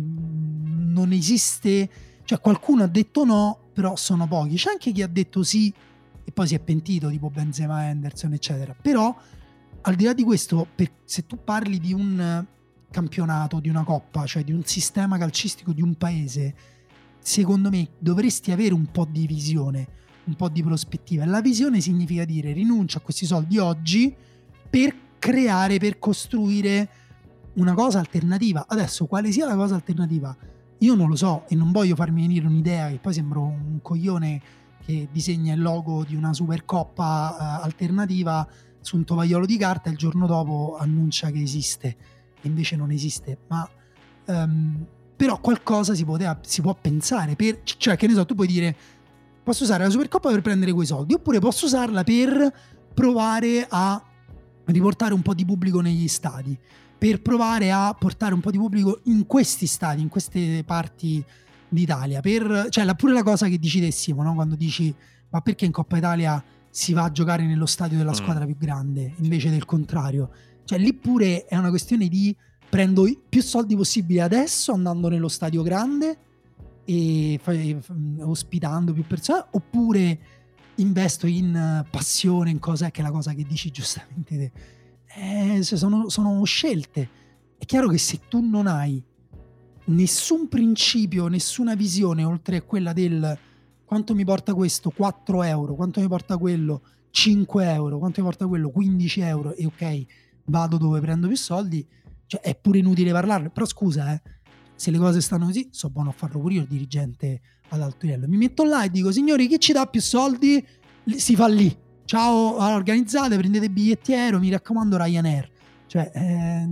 Speaker 4: mh, non esiste, cioè qualcuno ha detto no, però sono pochi, c'è anche chi ha detto sì e poi si è pentito, tipo Benzema, Henderson eccetera. Però al di là di questo, per, se tu parli di un campionato, di una coppa, cioè di un sistema calcistico di un paese, secondo me dovresti avere un po' di visione, un po' di prospettiva. La visione significa dire rinuncio a questi soldi oggi per creare, per costruire una cosa alternativa. Adesso quale sia la cosa alternativa io non lo so e non voglio farmi venire un'idea che poi sembro un coglione che disegna il logo di una supercoppa uh, alternativa su un tovagliolo di carta e il giorno dopo annuncia che esiste e invece non esiste, ma um, però qualcosa si, poteva, si può pensare per, cioè che ne so, tu puoi dire posso usare la Supercoppa per prendere quei soldi oppure posso usarla per provare a riportare un po' di pubblico negli stadi, per provare a portare un po' di pubblico in questi stadi, in queste parti d'Italia, per, cioè la, pure la cosa che dici te Simo, no? Quando dici ma perché in Coppa Italia si va a giocare nello stadio della squadra mm. più grande invece del contrario, cioè lì pure è una questione di prendo i più soldi possibili adesso andando nello stadio grande e fai, ospitando più persone, oppure investo in passione, in cosa che è la cosa che dici giustamente te. Eh, sono, sono scelte. È chiaro che se tu non hai nessun principio, nessuna visione oltre a quella del quanto mi porta questo, quattro euro, quanto mi porta quello, cinque euro, quanto mi porta quello, quindici euro, e ok, vado dove prendo più soldi, cioè è pure inutile parlarne. Però scusa, eh, se le cose stanno così, so buono a farlo pure io, il dirigente ad alto livello. Mi metto là e dico, signori, chi ci dà più soldi si fa lì. Ciao, organizzate, prendete biglietti aereo, mi raccomando Ryanair. Cioè, eh,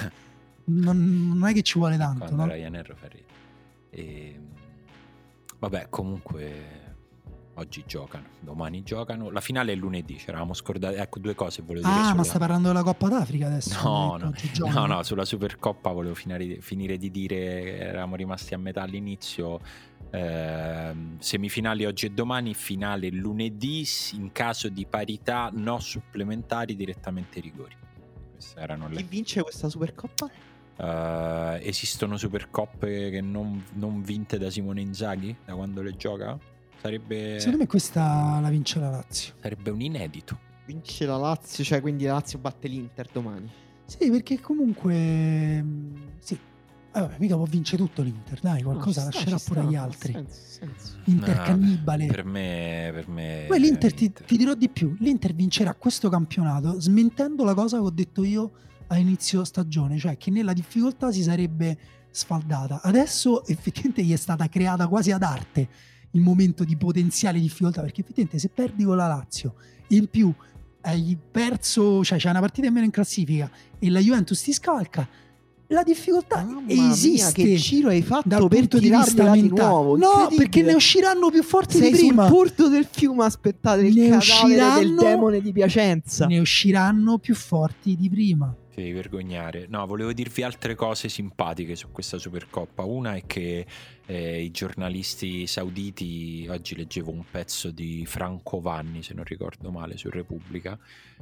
Speaker 4: non, non è che ci vuole tanto,
Speaker 2: quando
Speaker 4: no?
Speaker 2: Ryanair fa ridere. E, vabbè, comunque oggi giocano, domani giocano. La finale è lunedì, ci eravamo scordati. Ecco, due cose volevo dire.
Speaker 4: Ah,
Speaker 2: sulla...
Speaker 4: ma sta parlando della Coppa d'Africa adesso?
Speaker 2: No, no, no, no, sulla Supercoppa volevo finire, finire di dire, eravamo rimasti a metà all'inizio. Eh, semifinali oggi e domani, finale lunedì, in caso di parità no supplementari direttamente ai rigori. Queste erano le...
Speaker 3: Chi vince questa Supercoppa?
Speaker 2: Uh, esistono Supercoppe che non, non vinte da Simone Inzaghi da quando le gioca? Sarebbe...
Speaker 4: Secondo me questa la vince la Lazio.
Speaker 2: Sarebbe un inedito.
Speaker 3: Vince la Lazio, cioè quindi la Lazio batte l'Inter domani.
Speaker 4: Sì, perché comunque sì, Vabbè, mica può vincere tutto l'Inter, dai, qualcosa
Speaker 3: No, ci sta,
Speaker 4: lascerà
Speaker 3: ci
Speaker 4: pure
Speaker 3: sta,
Speaker 4: agli
Speaker 3: ha
Speaker 4: altri.
Speaker 3: senso, senso.
Speaker 4: Inter
Speaker 2: No,
Speaker 4: cannibale.
Speaker 2: Per me, per me
Speaker 4: Poi l'Inter, ti,
Speaker 2: Inter.
Speaker 4: ti dirò di più, l'Inter vincerà questo campionato smentendo la cosa che ho detto io a inizio stagione, cioè che nella difficoltà si sarebbe sfaldata. Adesso effettivamente gli è stata creata quasi ad arte il momento di potenziale difficoltà, perché effettivamente se perdi con la Lazio e in più hai perso, cioè c'è una partita in meno in classifica e la Juventus ti scalca, la difficoltà
Speaker 3: Mamma
Speaker 4: esiste.
Speaker 3: mia, che giro hai fatto
Speaker 4: dal
Speaker 3: per
Speaker 4: punto di vista
Speaker 3: tirarmela di
Speaker 4: mentale.
Speaker 3: nuovo,
Speaker 4: No,
Speaker 3: incredibile.
Speaker 4: perché ne usciranno più forti
Speaker 3: Sei
Speaker 4: di prima.
Speaker 3: sul bordo del fiume, aspettate il
Speaker 4: Ne
Speaker 3: cadavere
Speaker 4: usciranno-
Speaker 3: del demone di Piacenza.
Speaker 4: Ne usciranno più forti di prima.
Speaker 2: Ti devi vergognare. No, volevo dirvi altre cose simpatiche su questa Supercoppa. Una è che eh, i giornalisti sauditi, oggi leggevo un pezzo di Franco Vanni, se non ricordo male, su Repubblica,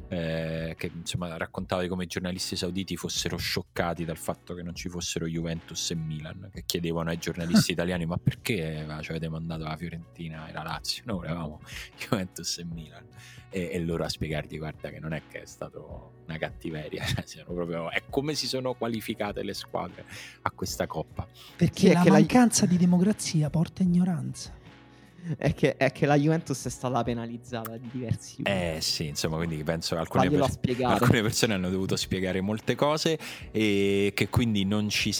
Speaker 2: eh, che insomma raccontava di come i giornalisti sauditi fossero scioccati dal fatto che non ci fossero Juventus e Milan, che chiedevano ai giornalisti italiani: ma perché ci avete mandato la Fiorentina e la Lazio? Noi volevamo Juventus e Milan. E, e loro a spiegargli: guarda che non è che è stato una cattiveria, cioè, siano proprio, è come si sono qualificate le squadre a questa coppa.
Speaker 4: Perché
Speaker 3: Sì, è
Speaker 4: la
Speaker 3: che la-
Speaker 4: mancanza di democrazia porta ignoranza.
Speaker 3: È che, è che la Juventus è stata penalizzata di diversi modi.
Speaker 2: Eh sì, insomma, quindi penso che alcune,
Speaker 3: Faglielo
Speaker 2: per-
Speaker 3: spiegare.
Speaker 2: alcune persone hanno dovuto spiegare molte cose e che quindi non ci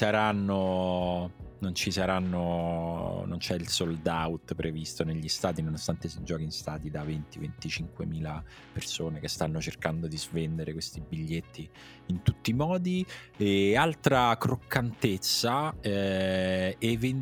Speaker 2: saranno non ci saranno non c'è il sold out previsto negli stadi, nonostante si giochi in stadi da venti venticinque mila persone che stanno cercando di svendere questi biglietti in tutti i modi. E altra croccantezza, eh,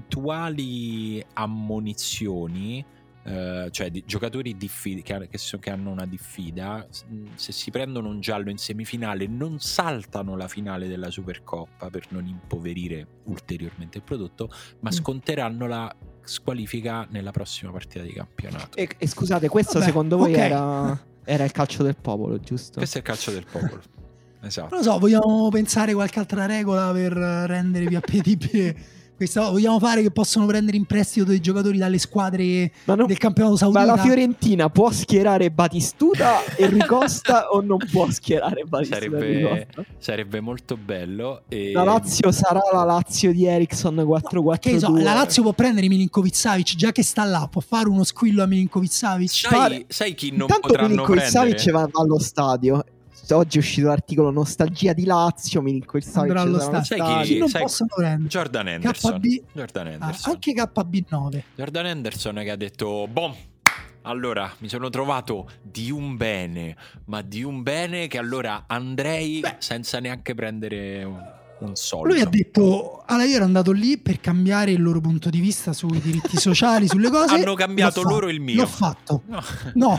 Speaker 2: eventuali ammonizioni, eh, cioè di giocatori diffi- che, che, so- che hanno una diffida, s- se si prendono un giallo in semifinale non saltano la finale della Supercoppa per non impoverire ulteriormente il prodotto, ma
Speaker 3: Mm.
Speaker 2: sconteranno la squalifica nella prossima partita di campionato.
Speaker 3: E, e scusate, questo
Speaker 4: Vabbè,
Speaker 3: secondo voi
Speaker 4: ok.
Speaker 3: era, era il calcio del popolo, giusto?
Speaker 2: Questo è il calcio del popolo. Esatto.
Speaker 4: Non lo so, vogliamo pensare qualche altra regola per rendere più appetibile questa? Vogliamo fare che possono prendere in prestito dei giocatori dalle squadre
Speaker 3: Ma, non-
Speaker 4: del campionato
Speaker 3: ma
Speaker 4: saudita?
Speaker 3: la Fiorentina può schierare Batistuta e Ricosta o non può schierare Batistuta e
Speaker 2: Sarebbe,
Speaker 3: Ricosta?
Speaker 2: sarebbe molto bello. E...
Speaker 3: La Lazio sarà la Lazio di Eriksson quattro quattro
Speaker 4: Che
Speaker 3: due.
Speaker 4: so, la Lazio può prendere Milinkovic-Savic, già che sta là, può fare uno squillo a Milinkovic-Savic.
Speaker 2: sai,
Speaker 3: pare-
Speaker 2: sai chi non
Speaker 3: Intanto
Speaker 2: potranno
Speaker 3: Milinkovic-Savic
Speaker 2: prendere?
Speaker 3: va allo stadio. Oggi è uscito l'articolo Nostalgia di Lazio. Milinkovic-Savic
Speaker 4: Andrà allo
Speaker 3: sarà allo
Speaker 4: stadio.
Speaker 2: Sai chi-
Speaker 3: stadio.
Speaker 4: Chi non
Speaker 2: sai-
Speaker 4: possono prendere?
Speaker 2: Jordan Henderson.
Speaker 4: K B
Speaker 2: Jordan
Speaker 4: Ah,
Speaker 2: Henderson.
Speaker 4: anche K B nove.
Speaker 2: Jordan Henderson che ha detto: boh, allora mi sono trovato di un bene, ma di un bene che allora andrei
Speaker 4: Beh.
Speaker 2: senza neanche prendere un, un soldo.
Speaker 4: Lui ha detto: allora, io ero andato lì per cambiare il loro punto di vista sui diritti sociali, sulle cose.
Speaker 2: Hanno cambiato
Speaker 4: L'ho
Speaker 2: loro
Speaker 4: fatto.
Speaker 2: il mio.
Speaker 4: L'ho fatto.
Speaker 2: No.
Speaker 4: No.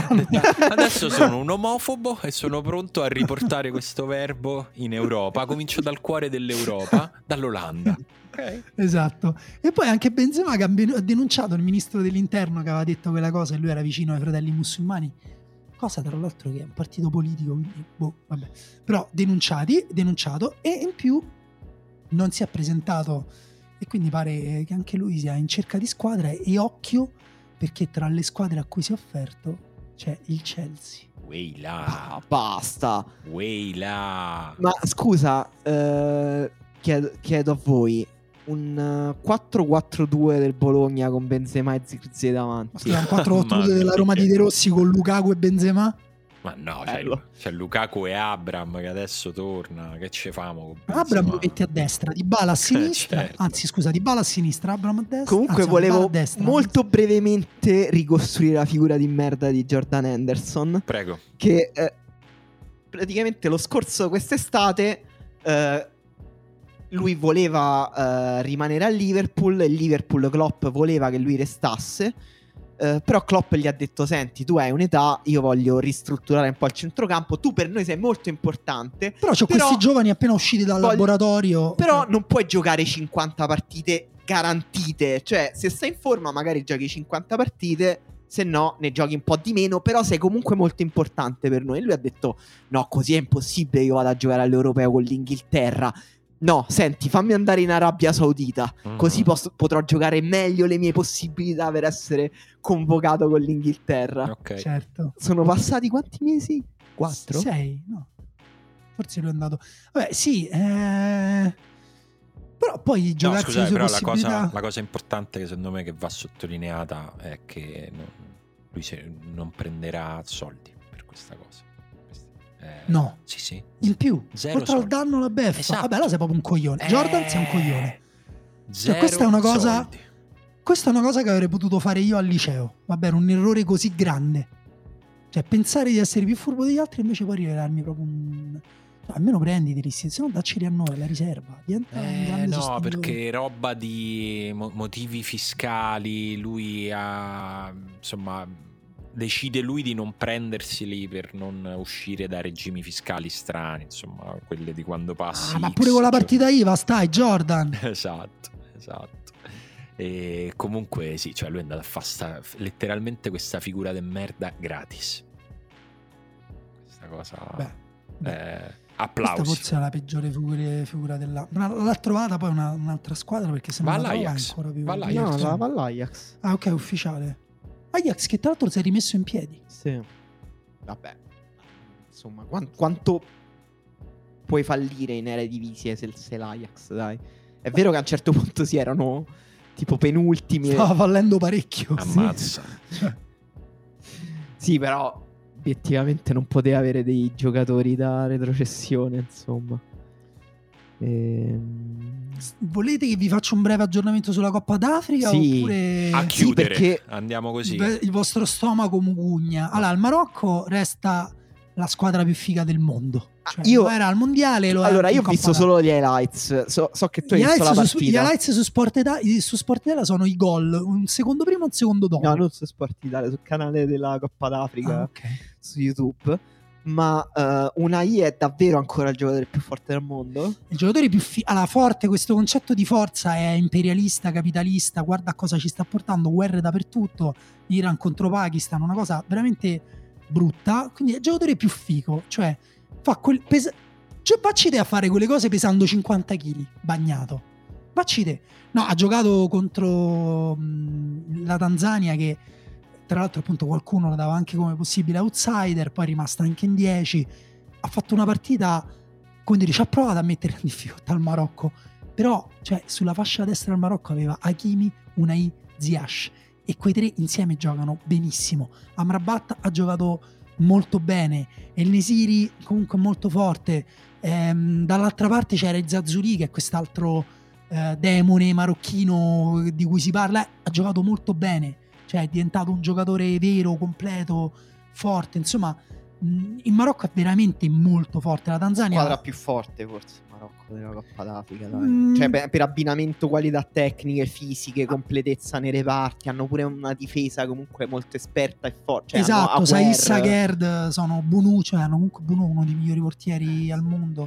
Speaker 2: Adesso sono un omofobo e sono pronto a riportare questo verbo in Europa. Comincio dal cuore dell'Europa, dall'Olanda. Ok.
Speaker 4: Esatto. E poi anche Benzema che ha ben- ha denunciato il ministro dell'interno che aveva detto quella cosa e lui era vicino ai fratelli musulmani. Cosa tra l'altro che è un partito politico, quindi boh, vabbè. Però denunciati, denunciato e in più non si è presentato e quindi pare che anche lui sia in cerca di squadra e occhio perché tra le squadre a cui si è offerto c'è il Chelsea.
Speaker 2: Wey là,
Speaker 3: Ah, basta.
Speaker 2: wey là.
Speaker 3: Ma scusa, eh, chiedo, chiedo a voi un quattro quattro due del Bologna con Benzema e Zirkzee
Speaker 4: Ma
Speaker 3: davanti.
Speaker 4: scusa, un quattro quattro due
Speaker 2: Ma
Speaker 4: della Roma di
Speaker 2: perché?
Speaker 4: De Rossi con Lukaku e Benzema?
Speaker 2: Ma no, c'è,
Speaker 3: Bello.
Speaker 2: c'è Lukaku e Abram che adesso torna. Che ci famo? con
Speaker 4: Abram lo
Speaker 2: Benzema?
Speaker 4: metti a destra, Dybala a sinistra,
Speaker 2: certo.
Speaker 4: anzi scusa, Dybala a sinistra, Abram a destra.
Speaker 3: Comunque
Speaker 4: anzi, no, Dybala
Speaker 3: volevo
Speaker 4: a destra.
Speaker 3: molto brevemente ricostruire la figura di merda di Jordan Henderson,
Speaker 2: Prego.
Speaker 3: che eh, praticamente lo scorso quest'estate eh, lui voleva eh, rimanere a Liverpool, il Liverpool Klopp voleva che lui restasse, eh, però Klopp gli ha detto: senti, tu hai un'età, io voglio ristrutturare un po' il centrocampo, tu per noi sei molto importante,
Speaker 4: Però c'ho
Speaker 3: però-
Speaker 4: questi giovani appena usciti dal
Speaker 3: voglio-
Speaker 4: laboratorio.
Speaker 3: però non puoi giocare cinquanta partite garantite, cioè se stai in forma magari giochi cinquanta partite, se no ne giochi un po' di meno, però sei comunque molto importante per noi. E lui ha detto: no, così è impossibile che io vada a giocare all'Europeo con l'Inghilterra. No, senti, fammi andare in Arabia Saudita,
Speaker 2: Mhm.
Speaker 3: così posso- potrò giocare meglio le mie possibilità per essere convocato con l'Inghilterra.
Speaker 2: Ok.
Speaker 4: Certo.
Speaker 3: Sono passati quanti mesi? Quattro?
Speaker 4: Sei, no. Forse lui è andato. Vabbè, sì, eh... però poi
Speaker 2: No,
Speaker 4: giocarsi
Speaker 2: scusate,
Speaker 4: le sue
Speaker 2: però la
Speaker 4: possibilità.
Speaker 2: cosa, la cosa importante che secondo me che va sottolineata è che non, lui se- non prenderà soldi per questa cosa. Eh,
Speaker 4: No.
Speaker 2: Sì, sì.
Speaker 4: In più,
Speaker 2: Zero
Speaker 4: oltre al
Speaker 2: soldi.
Speaker 4: danno la beffa.
Speaker 2: Esatto.
Speaker 4: Vabbè, là sei proprio un coglione.
Speaker 2: Eh,
Speaker 4: Jordan sei un coglione.
Speaker 2: Zero
Speaker 4: questa è una cosa-
Speaker 2: soldi.
Speaker 4: Questa è una cosa che avrei potuto fare io al liceo. Vabbè, era un errore così grande. Cioè, pensare di essere più furbo degli altri invece poi rivelarmi proprio un... Cioè, almeno prendi i rischi, se no dacceli a noi, la riserva. Diventa un
Speaker 2: Eh,
Speaker 4: grande
Speaker 2: no,
Speaker 4: sostenitore.
Speaker 2: perché roba di mo- motivi fiscali, lui ha, insomma, decide lui di non prenderseli per non uscire da regimi fiscali strani, insomma, quelle di quando passi.
Speaker 4: Ah, ma
Speaker 2: X,
Speaker 4: pure con la
Speaker 2: cioè-
Speaker 4: partita I V A stai, Jordan.
Speaker 2: Esatto, esatto. E comunque sì, cioè lui è andato a fare sta- letteralmente questa figura de merda gratis. Questa cosa...
Speaker 4: Beh, beh.
Speaker 2: eh,
Speaker 4: Questa
Speaker 2: applausi.
Speaker 4: forse è la peggiore figura, figura della... Ma l'ha trovata poi una- un'altra squadra perché se
Speaker 2: Va
Speaker 4: non la trova è
Speaker 2: all'Ajax,
Speaker 4: ancora più...
Speaker 2: va all'Ajax.
Speaker 3: No,
Speaker 2: Ajax.
Speaker 3: la va all'Ajax.
Speaker 4: Ah, ok, ufficiale. Ajax che tra l'altro si è rimesso in piedi.
Speaker 3: Sì. Vabbè. Insomma, quan- quanto puoi fallire in Eredivisie se, se l'Ajax, dai. È vero che a un certo punto si erano tipo penultimi.
Speaker 4: Stava fallendo parecchio.
Speaker 2: Ammazza.
Speaker 3: Sì, però obiettivamente non poteva avere dei giocatori da retrocessione, insomma. Ehm...
Speaker 4: Volete che vi faccia un breve aggiornamento sulla Coppa d'Africa?
Speaker 3: Sì.
Speaker 4: Oppure
Speaker 2: A
Speaker 3: Sì,
Speaker 2: chiudere,
Speaker 3: perché-
Speaker 2: andiamo così.
Speaker 4: il, il vostro stomaco mugugna? Allora, il Marocco resta la squadra più figa del mondo. Cioè,
Speaker 3: io-
Speaker 4: lo era al mondiale, lo è
Speaker 3: Allora,
Speaker 4: anche
Speaker 3: io
Speaker 4: in
Speaker 3: ho visto
Speaker 4: Coppa
Speaker 3: solo gli highlights. So, so che tu hai
Speaker 4: Gli
Speaker 3: visto la
Speaker 4: highlights, su, gli
Speaker 3: partita.
Speaker 4: highlights su Sport Italia, su Sport Italia sono i gol, un secondo prima e un secondo dopo.
Speaker 3: No, non su Sport Italia, sul canale della Coppa d'Africa
Speaker 4: Ah, ok.
Speaker 3: su YouTube. Ma uh, Unai è davvero ancora il giocatore più forte del mondo?
Speaker 4: Il giocatore più fi- allora, forte, questo concetto di forza è imperialista, capitalista, guarda a cosa ci sta portando, guerre dappertutto, Iran contro Pakistan, una cosa veramente brutta. Quindi è il giocatore più figo, cioè fa quel pesa- cioè, facci te a fare quelle cose pesando cinquanta chili bagnato, facci te. No, ha giocato contro mh, la Tanzania, che tra l'altro appunto qualcuno la dava anche come possibile outsider, poi è rimasta anche in dieci. Ha fatto una partita, come dire, ci ha provato a mettere in difficoltà il Marocco, però cioè, sulla fascia destra del Marocco aveva Hakimi, Unai, Ziyech, e quei tre insieme giocano benissimo. Amrabat ha giocato molto bene, El Nesiri comunque molto forte. Ehm, dall'altra parte c'era il Zazzuli, che è quest'altro eh, demone marocchino di cui si parla. Eh, ha giocato molto bene, cioè è diventato un giocatore vero, completo, forte. Insomma, mh, il Marocco è veramente molto forte. La Tanzania
Speaker 3: Squadra più forte forse il Marocco della Coppa d'Africa, dai.
Speaker 4: Mm.
Speaker 3: Cioè per, per abbinamento, qualità tecniche, fisiche, completezza nei reparti. Hanno pure una difesa comunque molto esperta e forte. Cioè,
Speaker 4: esatto,
Speaker 3: hanno
Speaker 4: Saiss
Speaker 3: Aguer.
Speaker 4: Gerd, sono Bonu, cioè hanno comunque Bonu, uno dei migliori portieri al mondo.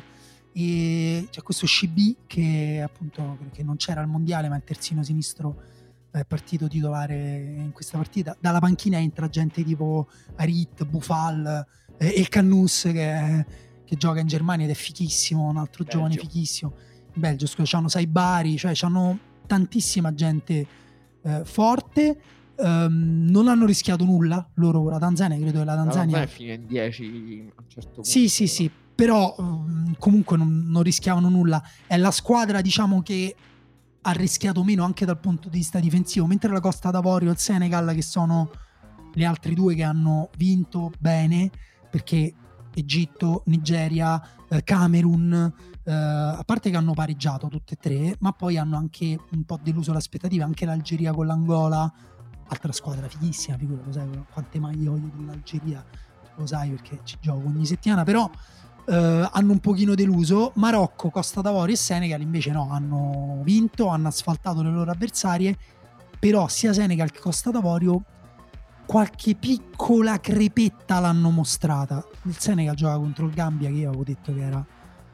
Speaker 4: E c'è questo Shibi che appunto che non c'era al mondiale, ma il terzino sinistro è partito titolare in questa partita. Dalla panchina entra gente tipo Harit, Boufal, eh, El Cannus che, che gioca in Germania ed è fichissimo, un altro
Speaker 3: Belgio.
Speaker 4: giovane fichissimo. In Belgio, scusa, c'hanno Saibari, cioè c'hanno tantissima gente eh, forte. Um, non hanno rischiato nulla loro. La Tanzania, credo che la
Speaker 3: La
Speaker 4: Tanzania,
Speaker 3: Tanzania è finita in dieci a un certo punto.
Speaker 4: sì, sì, sì, però um, comunque non, non rischiavano nulla. È la squadra, diciamo, che ha rischiato meno anche dal punto di vista difensivo, mentre la Costa d'Avorio e il Senegal, che sono le altre due che hanno vinto bene, perché Egitto, Nigeria, eh, Camerun, eh, a parte che hanno pareggiato tutte e tre, ma poi hanno anche un po' deluso l'aspettativa, anche l'Algeria con l'Angola, altra squadra fighissima, figura, lo sai quante maglie voglio dell'Algeria, lo sai perché ci gioco ogni settimana, però eh, hanno un pochino deluso. Marocco, Costa d'Avorio e Senegal invece no, hanno vinto, hanno asfaltato le loro avversarie, però sia Senegal che Costa d'Avorio qualche piccola crepetta l'hanno mostrata. Il Senegal gioca contro il Gambia, che io avevo detto che era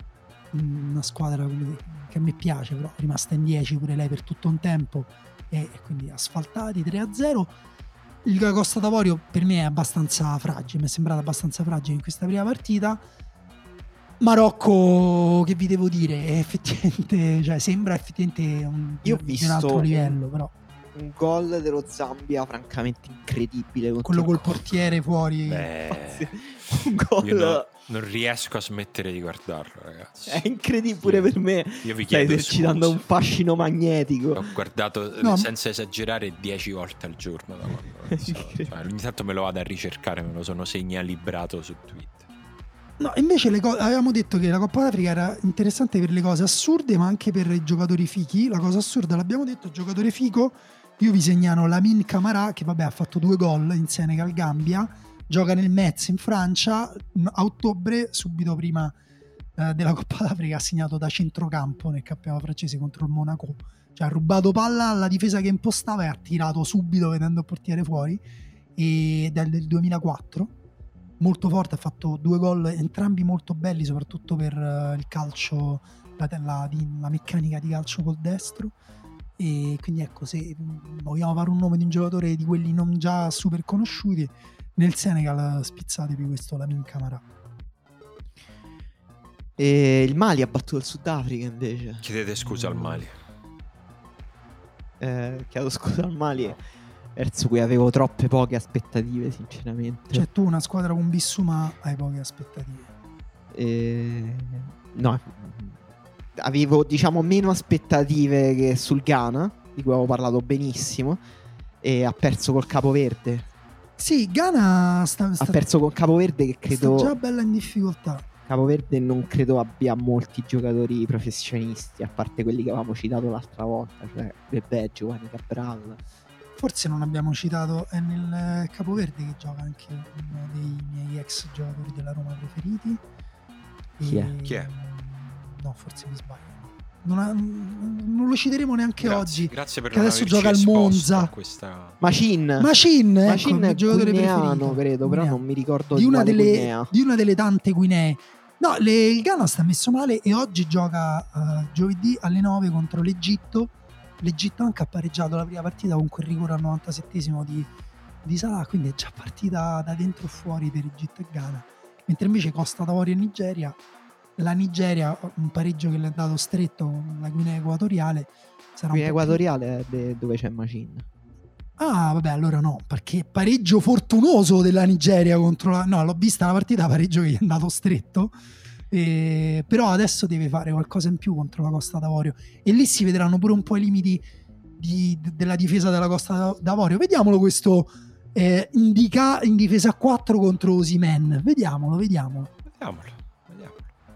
Speaker 4: una squadra che a me piace, però è rimasta in dieci pure lei per tutto un tempo, e quindi asfaltati tre a zero. Il Costa d'Avorio per me è abbastanza fragile, mi è sembrato abbastanza fragile in questa prima partita. Marocco, che vi devo dire, è effettivamente, cioè sembra effettivamente un,
Speaker 3: Io ho
Speaker 4: di
Speaker 3: visto
Speaker 4: un altro livello, però
Speaker 3: un gol dello Zambia francamente incredibile.
Speaker 4: Quello col portiere fuori.
Speaker 2: Beh,
Speaker 3: un gol.
Speaker 2: io no, non riesco a smettere di guardarlo, ragazzi.
Speaker 3: È incredibile pure
Speaker 2: Io-
Speaker 3: per me.
Speaker 2: Io vi
Speaker 3: Stai
Speaker 2: chiedo
Speaker 3: esercitando
Speaker 2: scusa.
Speaker 3: un fascino magnetico.
Speaker 2: Ho guardato
Speaker 4: No,
Speaker 2: senza esagerare dieci volte al giorno da quando ho iniziato. Cioè, ogni tanto me lo vado a ricercare, me lo sono segnalibrato su Twitter.
Speaker 4: No, invece le co- avevamo detto che la Coppa d'Africa era interessante per le cose assurde, ma anche per i giocatori fichi. La cosa assurda l'abbiamo detto, giocatore fico. Io vi segnalo Lamine Camara, che vabbè ha fatto due gol in Senegal Gambia, gioca nel Metz in Francia. A ottobre, subito prima eh, della Coppa d'Africa, ha segnato da centrocampo nel campionato francese contro il Monaco. Cioè ha rubato palla alla difesa che impostava e ha tirato subito vedendo il portiere fuori. Ed è del duemilaquattro. Molto forte, ha fatto due gol, entrambi molto belli, soprattutto per uh, il calcio, la, la, la meccanica di calcio col destro. E quindi ecco, se vogliamo fare un nome di un giocatore di quelli non già super conosciuti, nel Senegal spizzatevi questo Lamine Camara.
Speaker 3: E il Mali ha battuto il Sudafrica invece.
Speaker 2: Chiedete scusa al Mali.
Speaker 3: Eh, chiedo scusa al Mali, verso cui avevo troppe poche aspettative, sinceramente.
Speaker 4: Cioè tu una squadra con Bissouma hai poche aspettative.
Speaker 3: Eh, no, avevo diciamo meno aspettative che sul Ghana, di cui avevo parlato benissimo, e ha perso col Capoverde.
Speaker 4: Sì, Ghana sta, sta,
Speaker 3: Ha perso con Capoverde che credo
Speaker 4: sta già bella in difficoltà.
Speaker 3: Capoverde non credo abbia molti giocatori professionisti, a parte quelli che avevamo citato l'altra volta, cioè Bebè, Giovanni Cabral.
Speaker 4: Forse non abbiamo citato, è nel Capoverde che gioca anche uno dei miei ex giocatori della Roma preferiti.
Speaker 3: Chi è?
Speaker 2: Chi è?
Speaker 4: No, forse mi sbaglio. Non, ha- non lo citeremo neanche
Speaker 2: Grazie,
Speaker 4: oggi.
Speaker 2: grazie per
Speaker 4: che
Speaker 2: non
Speaker 4: adesso
Speaker 2: averci
Speaker 4: gioca al
Speaker 2: esposto
Speaker 4: Monza.
Speaker 2: a questa...
Speaker 3: Macin.
Speaker 4: Macin, ecco,
Speaker 3: Macin
Speaker 4: il mio
Speaker 3: è
Speaker 4: giocatore
Speaker 3: guineano,
Speaker 4: preferito.
Speaker 3: credo, però
Speaker 4: Guinea.
Speaker 3: non mi ricordo
Speaker 4: di una,
Speaker 3: quale
Speaker 4: delle,
Speaker 3: Guinea.
Speaker 4: di una delle tante Guinee. No, le- il Ghana sta messo male e oggi gioca eh, giovedì alle nove contro l'Egitto. L'Egitto anche ha pareggiato la prima partita con quel rigore al novantasettesimo di, di Salah, quindi è già partita da dentro o fuori per Egitto e Ghana. Mentre invece Costa d'Avorio e Nigeria, la Nigeria, un pareggio che le ha dato stretto con la Guinea Equatoriale. Sarà un
Speaker 3: Guinea
Speaker 4: po' più-
Speaker 3: Equatoriale è de- dove c'è Macin.
Speaker 4: Ah, vabbè, allora no, perché pareggio fortunoso della Nigeria contro la... No, l'ho vista la partita, pareggio che gli è andato stretto. Eh, però adesso deve fare qualcosa in più contro la Costa d'Avorio. E lì si vedranno pure un po' i limiti di- de- della difesa della Costa d'Avorio. Vediamolo questo eh, indica in difesa a quattro contro Osimhen. Vediamolo, vediamolo.
Speaker 2: Vediamolo, vediamolo.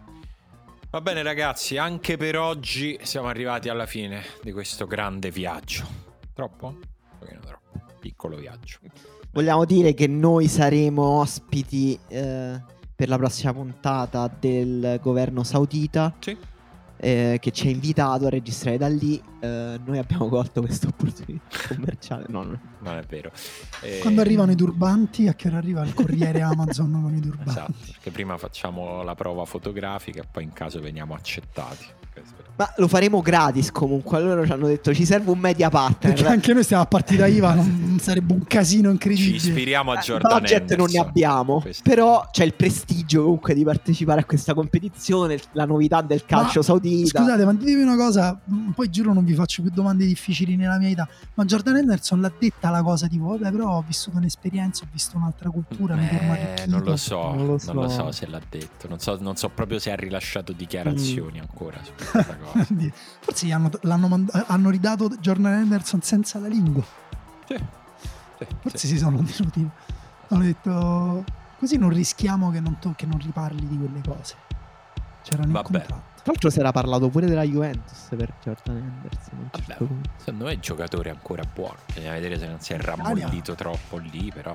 Speaker 2: Va bene ragazzi, anche per oggi siamo arrivati alla fine di questo grande viaggio. Troppo? Un pochino troppo. Piccolo viaggio.
Speaker 3: Vogliamo dire che noi saremo ospiti eh, per la prossima puntata del governo saudita,
Speaker 2: Sì.
Speaker 3: eh, che ci ha invitato a registrare da lì. Eh, noi abbiamo colto questa opportunità commerciale. No, no.
Speaker 2: Non è vero. Eh,
Speaker 4: Quando arrivano i turbanti, a che ora arriva il corriere Amazon con i turbanti?
Speaker 2: Esatto, perché prima facciamo la prova fotografica e poi in caso veniamo accettati. Questo-
Speaker 3: Ma lo faremo gratis comunque. Allora ci hanno detto ci serve un media partner.
Speaker 4: Perché anche noi stiamo a partita I V A, non sarebbe un casino
Speaker 2: Ci
Speaker 4: incredibile.
Speaker 2: ispiriamo a
Speaker 3: Eh,
Speaker 2: Jordan
Speaker 3: budget
Speaker 2: Henderson.
Speaker 3: non ne abbiamo,
Speaker 2: Questo.
Speaker 3: però c'è il prestigio comunque di partecipare a questa competizione, la novità del calcio
Speaker 4: Ma,
Speaker 3: saudita.
Speaker 4: Scusate, ma ditemi una cosa, mh, poi giuro non vi faccio più domande difficili nella mia vita, ma Jordan Henderson l'ha detta la cosa tipo, vabbè, però ho vissuto un'esperienza, ho visto un'altra cultura, mi torno
Speaker 2: Eh,
Speaker 4: arricchito.
Speaker 2: non lo so,
Speaker 3: Non
Speaker 2: non
Speaker 3: lo
Speaker 2: lo
Speaker 3: so.
Speaker 2: so, se l'ha detto. Non so, non so proprio se ha rilasciato dichiarazioni
Speaker 3: Mm.
Speaker 2: ancora su questa cosa.
Speaker 4: Forse gli hanno, l'hanno mand- hanno ridato Jordan Henderson senza la lingua.
Speaker 2: Sì, sì,
Speaker 4: Forse
Speaker 2: sì.
Speaker 4: si sono tenuti. Hanno detto così non rischiamo che non, to- che non riparli di quelle cose. C'erano in
Speaker 2: Vabbè.
Speaker 4: contratto.
Speaker 3: Tra l'altro si era parlato pure della Juventus per Jordan Henderson. a un certo
Speaker 2: Vabbè,
Speaker 3: punto.
Speaker 2: secondo me è un giocatore ancora buono. Bisogna vedere se non si è rammollito troppo lì, però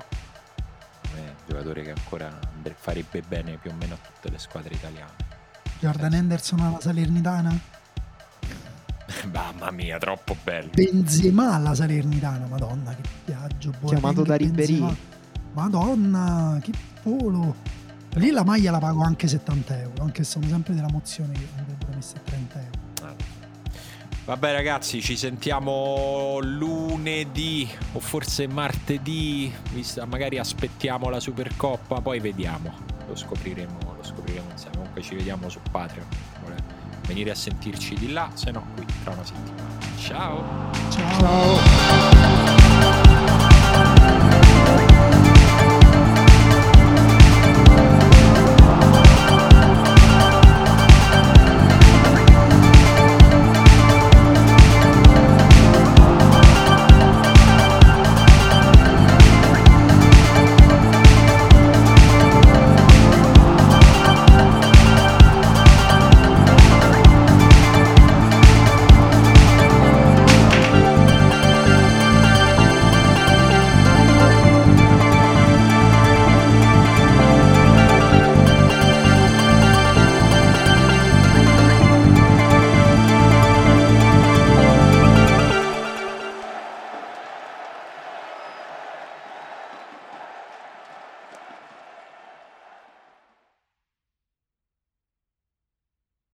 Speaker 2: è un giocatore che ancora andre- farebbe bene più o meno a tutte le squadre italiane.
Speaker 4: Jordan Henderson alla Salernitana,
Speaker 2: Mamma mia, troppo bello.
Speaker 4: Benzema alla Salernitana, madonna che viaggio.
Speaker 3: Chiamato
Speaker 4: Boateng
Speaker 3: da
Speaker 4: e
Speaker 3: Ribéry.
Speaker 4: Benzema. Madonna, che volo. Lì la maglia la pago anche settanta euro, anche se sono sempre della mozione che andrebbero messe a trenta euro.
Speaker 2: Vabbè ragazzi, ci sentiamo lunedì o forse martedì, vista- magari aspettiamo la Supercoppa, poi vediamo, lo scopriremo, lo scopriremo insieme. Comunque ci vediamo su Patreon, vuole venire a sentirci di là, se no qui tra una settimana. Ciao!
Speaker 4: Ciao.